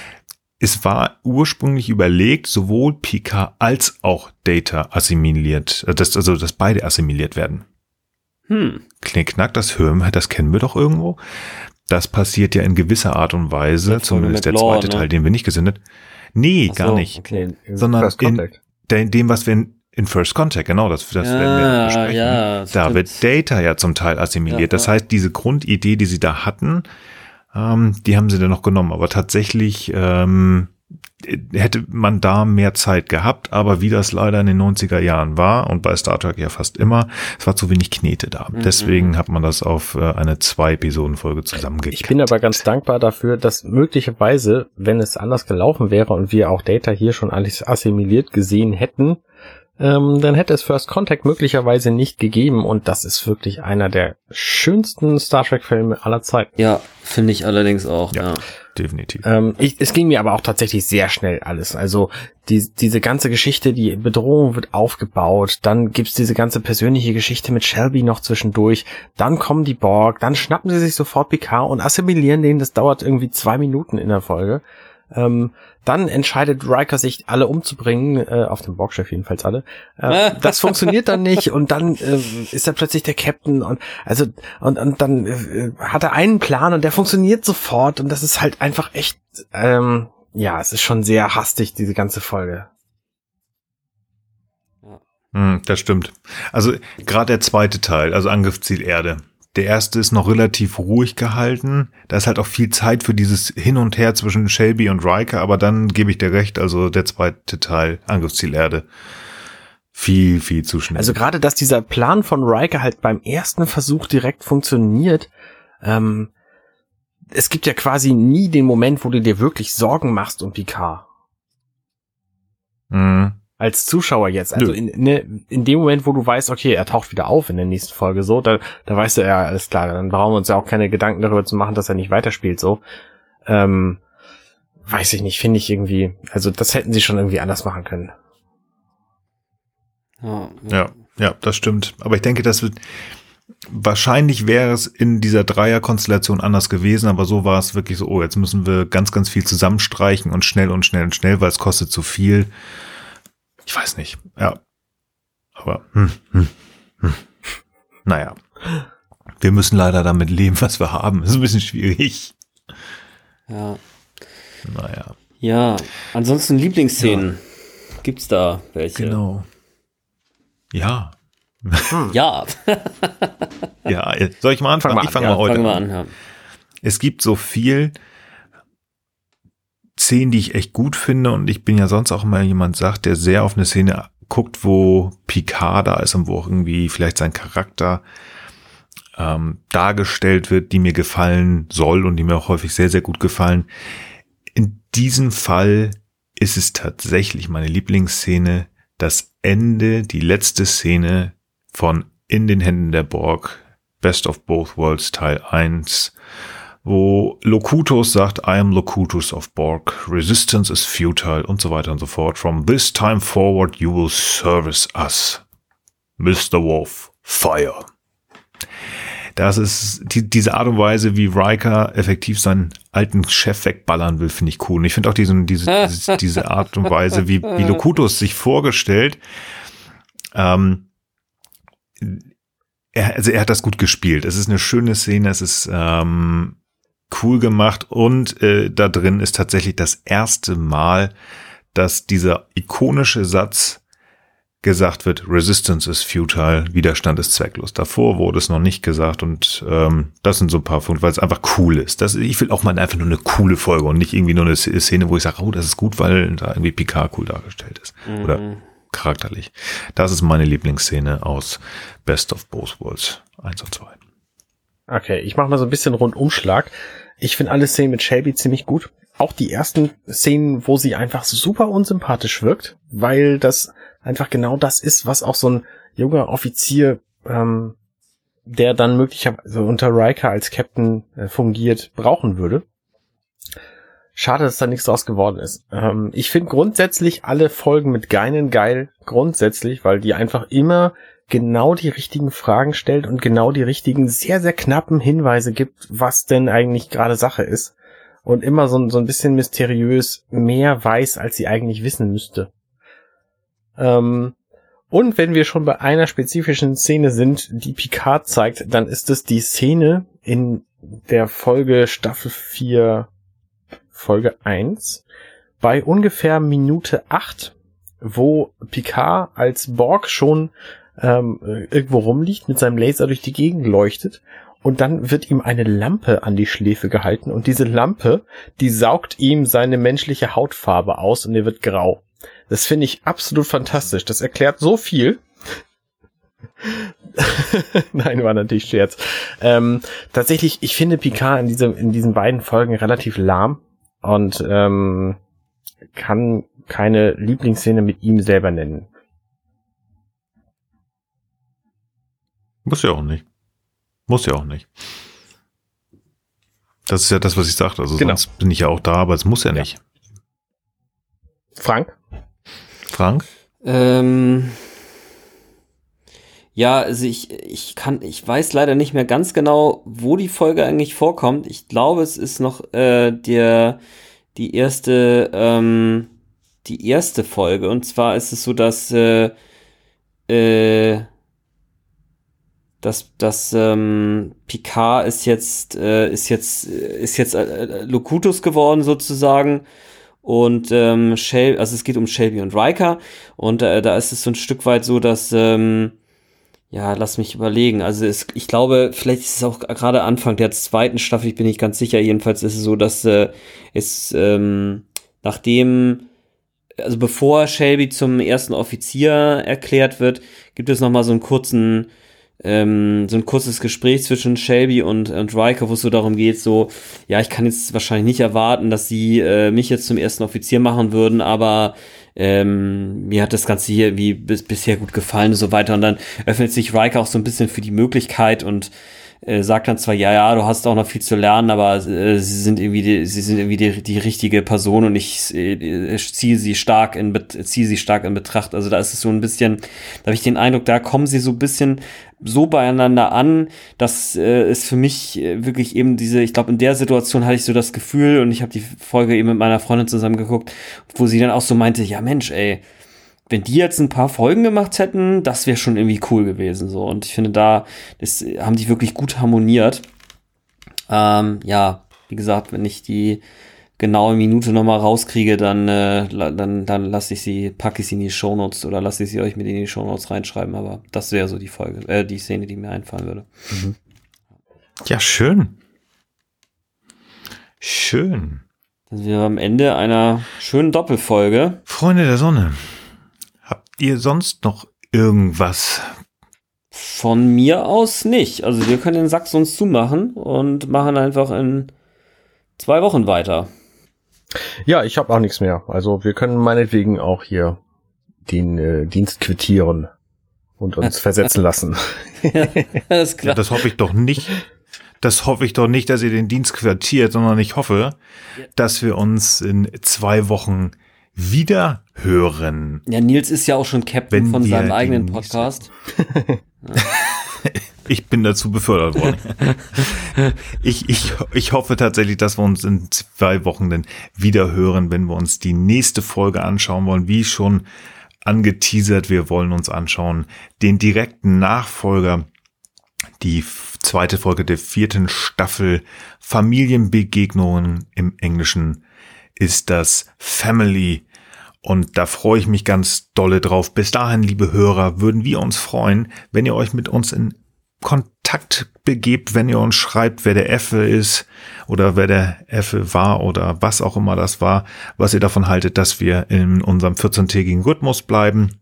Es war ursprünglich überlegt, sowohl Picard als auch Data assimiliert, das, also dass beide assimiliert werden. Hm. Knickknack, das hören wir, das kennen wir doch irgendwo. Das passiert ja in gewisser Art und Weise, zumindest der zweite Teil, den wir nicht gesendet. Nee, Ach gar so, nicht. Okay. Sondern in dem, was wir in In First Contact, genau, das, das ja, werden wir besprechen. Ja, da stimmt. Wird Data ja zum Teil assimiliert. Ja, das ja. heißt, diese Grundidee, die sie da hatten, ähm, die haben sie dann noch genommen. Aber tatsächlich ähm, hätte man da mehr Zeit gehabt. Aber wie das leider in den neunziger Jahren war und bei Star Trek ja fast immer, es war zu wenig Knete da. Mhm. Deswegen hat man das auf äh, eine Zwei-Episoden-Folge zusammengekippt. Ich bin aber ganz dankbar dafür, dass möglicherweise, wenn es anders gelaufen wäre und wir auch Data hier schon alles assimiliert gesehen hätten, Ähm, dann hätte es First Contact möglicherweise nicht gegeben und das ist wirklich einer der schönsten Star Trek Filme aller Zeiten. Ja, finde ich allerdings auch, ja. ja. Definitiv. Ähm, ich, es ging mir aber auch tatsächlich sehr schnell alles. Also die, diese ganze Geschichte, die Bedrohung wird aufgebaut, dann gibt's diese ganze persönliche Geschichte mit Shelby noch zwischendurch, dann kommen die Borg, dann schnappen sie sich sofort Picard und assimilieren den, das dauert irgendwie zwei Minuten in der Folge. Ähm, dann entscheidet Riker, sich alle umzubringen, äh, auf dem Borgschiff jedenfalls alle. Äh, das funktioniert dann nicht und dann äh, ist er plötzlich der Captain und also und und dann äh, hat er einen Plan und der funktioniert sofort und das ist halt einfach echt, ähm, ja, es ist schon sehr hastig, diese ganze Folge. Hm, das stimmt. Also gerade der zweite Teil, also Angriffsziel Erde. Der erste ist noch relativ ruhig gehalten. Da ist halt auch viel Zeit für dieses Hin und Her zwischen Shelby und Riker, aber dann gebe ich dir recht, also der zweite Teil, Angriffsziel Erde, viel, viel zu schnell. Also gerade, dass dieser Plan von Riker halt beim ersten Versuch direkt funktioniert, ähm, es gibt ja quasi nie den Moment, wo du dir wirklich Sorgen machst um Picard. Mhm. Als Zuschauer jetzt. Also in, ne, in dem Moment, wo du weißt, okay, er taucht wieder auf in der nächsten Folge, so, da, da weißt du, ja, alles klar, dann brauchen wir uns ja auch keine Gedanken darüber zu machen, dass er nicht weiterspielt, so. Ähm, weiß ich nicht, finde ich irgendwie, also das hätten sie schon irgendwie anders machen können. Ja, Ja, ja, das stimmt. Aber ich denke, das wird, wahrscheinlich wäre es in dieser Dreierkonstellation anders gewesen, aber so war es wirklich so, oh, jetzt müssen wir ganz, ganz viel zusammenstreichen und schnell und schnell und schnell, weil es kostet zu viel. Ich weiß nicht, ja. Aber, hm, hm, hm. Naja. Wir müssen leider damit leben, was wir haben. Das ist ein bisschen schwierig. Ja. Naja. Ja, ansonsten Lieblingsszenen. Ja. Gibt's da welche? Genau. Ja. Ja. Ja, soll ich mal anfangen? Fang mal ich fange an, mal heute Fangen wir an. an, ja. Es gibt so viel Szenen, die ich echt gut finde, und ich bin ja sonst auch immer jemand, sagt, der sehr auf eine Szene guckt, wo Picard da ist und wo auch irgendwie vielleicht sein Charakter ähm, dargestellt wird, die mir gefallen soll und die mir auch häufig sehr, sehr gut gefallen. In diesem Fall ist es tatsächlich meine Lieblingsszene, das Ende, die letzte Szene von In den Händen der Borg, Best of Both Worlds Teil eins, wo Locutus sagt, I am Locutus of Borg, Resistance is futile und so weiter und so fort. From this time forward you will service us. Mister Worf, fire. Das ist die, diese Art und Weise, wie Riker effektiv seinen alten Chef wegballern will, finde ich cool. Und ich finde auch diesen, diese, diese, diese Art und Weise, wie, wie Locutus sich vorgestellt, ähm, er, also er hat das gut gespielt. Es ist eine schöne Szene, es ist ähm, cool gemacht, und äh, da drin ist tatsächlich das erste Mal, dass dieser ikonische Satz gesagt wird, Resistance is futile, Widerstand ist zwecklos. Davor wurde es noch nicht gesagt, und ähm, das sind so ein paar Punkte, weil es einfach cool ist. Das, ich will auch mal einfach nur eine coole Folge und nicht irgendwie nur eine Szene, wo ich sage, oh, das ist gut, weil da irgendwie Picard cool dargestellt ist. Mhm. Oder charakterlich. Das ist meine Lieblingsszene aus Best of Both Worlds eins und zwei. Okay, ich mache mal so ein bisschen Rundumschlag. Ich finde alle Szenen mit Shelby ziemlich gut. Auch die ersten Szenen, wo sie einfach super unsympathisch wirkt, weil das einfach genau das ist, was auch so ein junger Offizier, ähm, der dann möglicherweise unter Riker als Captain äh, fungiert, brauchen würde. Schade, dass da nichts draus geworden ist. Ähm, ich finde grundsätzlich alle Folgen mit Guinan geil, grundsätzlich, weil die einfach immer genau die richtigen Fragen stellt und genau die richtigen, sehr, sehr knappen Hinweise gibt, was denn eigentlich gerade Sache ist. Und immer so, so ein bisschen mysteriös mehr weiß, als sie eigentlich wissen müsste. Ähm, und wenn wir schon bei einer spezifischen Szene sind, die Picard zeigt, dann ist es die Szene in der Folge Staffel vier, Folge eins, bei ungefähr Minute acht, wo Picard als Borg schon ähm, irgendwo rumliegt, mit seinem Laser durch die Gegend leuchtet, und dann wird ihm eine Lampe an die Schläfe gehalten, und diese Lampe, die saugt ihm seine menschliche Hautfarbe aus und er wird grau. Das finde ich absolut fantastisch. Das erklärt so viel. Nein, war natürlich Scherz. Ähm, tatsächlich, ich finde Picard in, diese, in diesen beiden Folgen relativ lahm und ähm, kann keine Lieblingsszene mit ihm selber nennen. Muss ja auch nicht. Muss ja auch nicht. Das ist ja das, was ich sagte. Also genau. Sonst bin ich ja auch da, aber es muss ja nicht. Frank? Frank? Ähm, ja, also ich, ich kann, ich weiß leider nicht mehr ganz genau, wo die Folge eigentlich vorkommt. Ich glaube, es ist noch äh, der, die erste, ähm, die erste Folge. Und zwar ist es so, dass, äh, äh, dass, dass ähm, Picard ist jetzt, äh, ist jetzt, ist jetzt äh, Locutus geworden sozusagen. Und ähm, Shelby, also es geht um Shelby und Riker, und äh, da ist es so ein Stück weit so, dass ähm, ja, lass mich überlegen, also es, ich glaube, vielleicht ist es auch gerade Anfang der zweiten Staffel, ich bin nicht ganz sicher, jedenfalls ist es so, dass äh, es ähm, nachdem, also bevor Shelby zum ersten Offizier erklärt wird, gibt es nochmal so einen kurzen ähm, so ein kurzes Gespräch zwischen Shelby und, und Riker, wo es so darum geht, so, ja, ich kann jetzt wahrscheinlich nicht erwarten, dass sie äh, mich jetzt zum ersten Offizier machen würden, aber ähm, mir hat das Ganze hier wie bis, bisher gut gefallen und so weiter. Und dann öffnet sich Riker auch so ein bisschen für die Möglichkeit und äh, sagt dann zwar, ja, ja, du hast auch noch viel zu lernen, aber äh, sie sind irgendwie die, sie sind irgendwie die, die richtige Person und ich äh, ziehe sie stark in ziehe sie stark in Betracht. Also da ist es so ein bisschen, da habe ich den Eindruck, da kommen sie so ein bisschen so beieinander an, dass äh, es für mich äh, wirklich eben diese, ich glaube, in der Situation hatte ich so das Gefühl, und ich habe die Folge eben mit meiner Freundin zusammen geguckt, wo sie dann auch so meinte, ja Mensch, ey, wenn die jetzt ein paar Folgen gemacht hätten, das wäre schon irgendwie cool gewesen, so. Und ich finde, da das, haben die wirklich gut harmoniert. Ähm, ja, wie gesagt, wenn ich die genaue Minute nochmal rauskriege, dann, äh, dann, dann lasse ich sie, packe ich sie in die Shownotes oder lasse ich sie euch mit in die Shownotes reinschreiben, aber das wäre so die Folge, äh, die Szene, die mir einfallen würde. Mhm. Ja, schön. Schön. Dann sind wir am Ende einer schönen Doppelfolge. Freunde der Sonne, habt ihr sonst noch irgendwas? Von mir aus nicht. Also wir können den Sack sonst zumachen und machen einfach in zwei Wochen weiter. Ja, ich habe auch nichts mehr. Also wir können meinetwegen auch hier den äh, Dienst quittieren und uns versetzen lassen. Ja, alles klar. Ja, das hoffe ich doch nicht. Das hoffe ich doch nicht, dass ihr den Dienst quittiert, sondern ich hoffe, ja, dass wir uns in zwei Wochen wieder hören. Ja, Nils ist ja auch schon Captain von seinem eigenen Podcast. Ja. Ich bin dazu befördert worden. ich, ich, ich hoffe tatsächlich, dass wir uns in zwei Wochen dann wieder hören, wenn wir uns die nächste Folge anschauen wollen. Wie schon angeteasert, wir wollen uns anschauen den direkten Nachfolger, die zweite Folge der vierten Staffel Familienbegegnungen, im Englischen ist das Family. Und da freue ich mich ganz dolle drauf. Bis dahin, liebe Hörer, würden wir uns freuen, wenn ihr euch mit uns in Kontakt begebt, wenn ihr uns schreibt, wer der Effe ist oder wer der Effe war oder was auch immer das war, was ihr davon haltet, dass wir in unserem vierzehntägigen Rhythmus bleiben.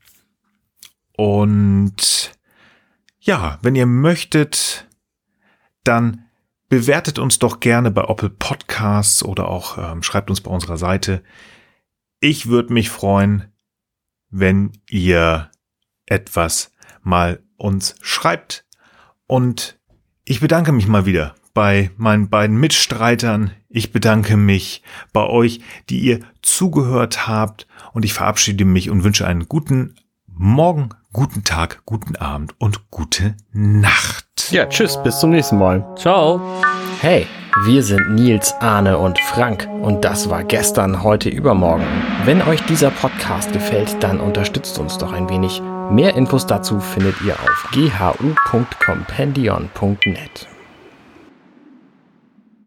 Und ja, wenn ihr möchtet, dann bewertet uns doch gerne bei Apple Podcasts oder auch ähm, schreibt uns bei unserer Seite. Ich würde mich freuen, wenn ihr etwas mal uns schreibt. Und ich bedanke mich mal wieder bei meinen beiden Mitstreitern. Ich bedanke mich bei euch, die ihr zugehört habt. Und ich verabschiede mich und wünsche einen guten Morgen, guten Tag, guten Abend und gute Nacht. Ja, tschüss, bis zum nächsten Mal. Ciao. Hey, wir sind Nils, Arne und Frank und das war gestern, heute, übermorgen. Wenn euch dieser Podcast gefällt, dann unterstützt uns doch ein wenig. Mehr Infos dazu findet ihr auf g h u punkt compendion punkt net.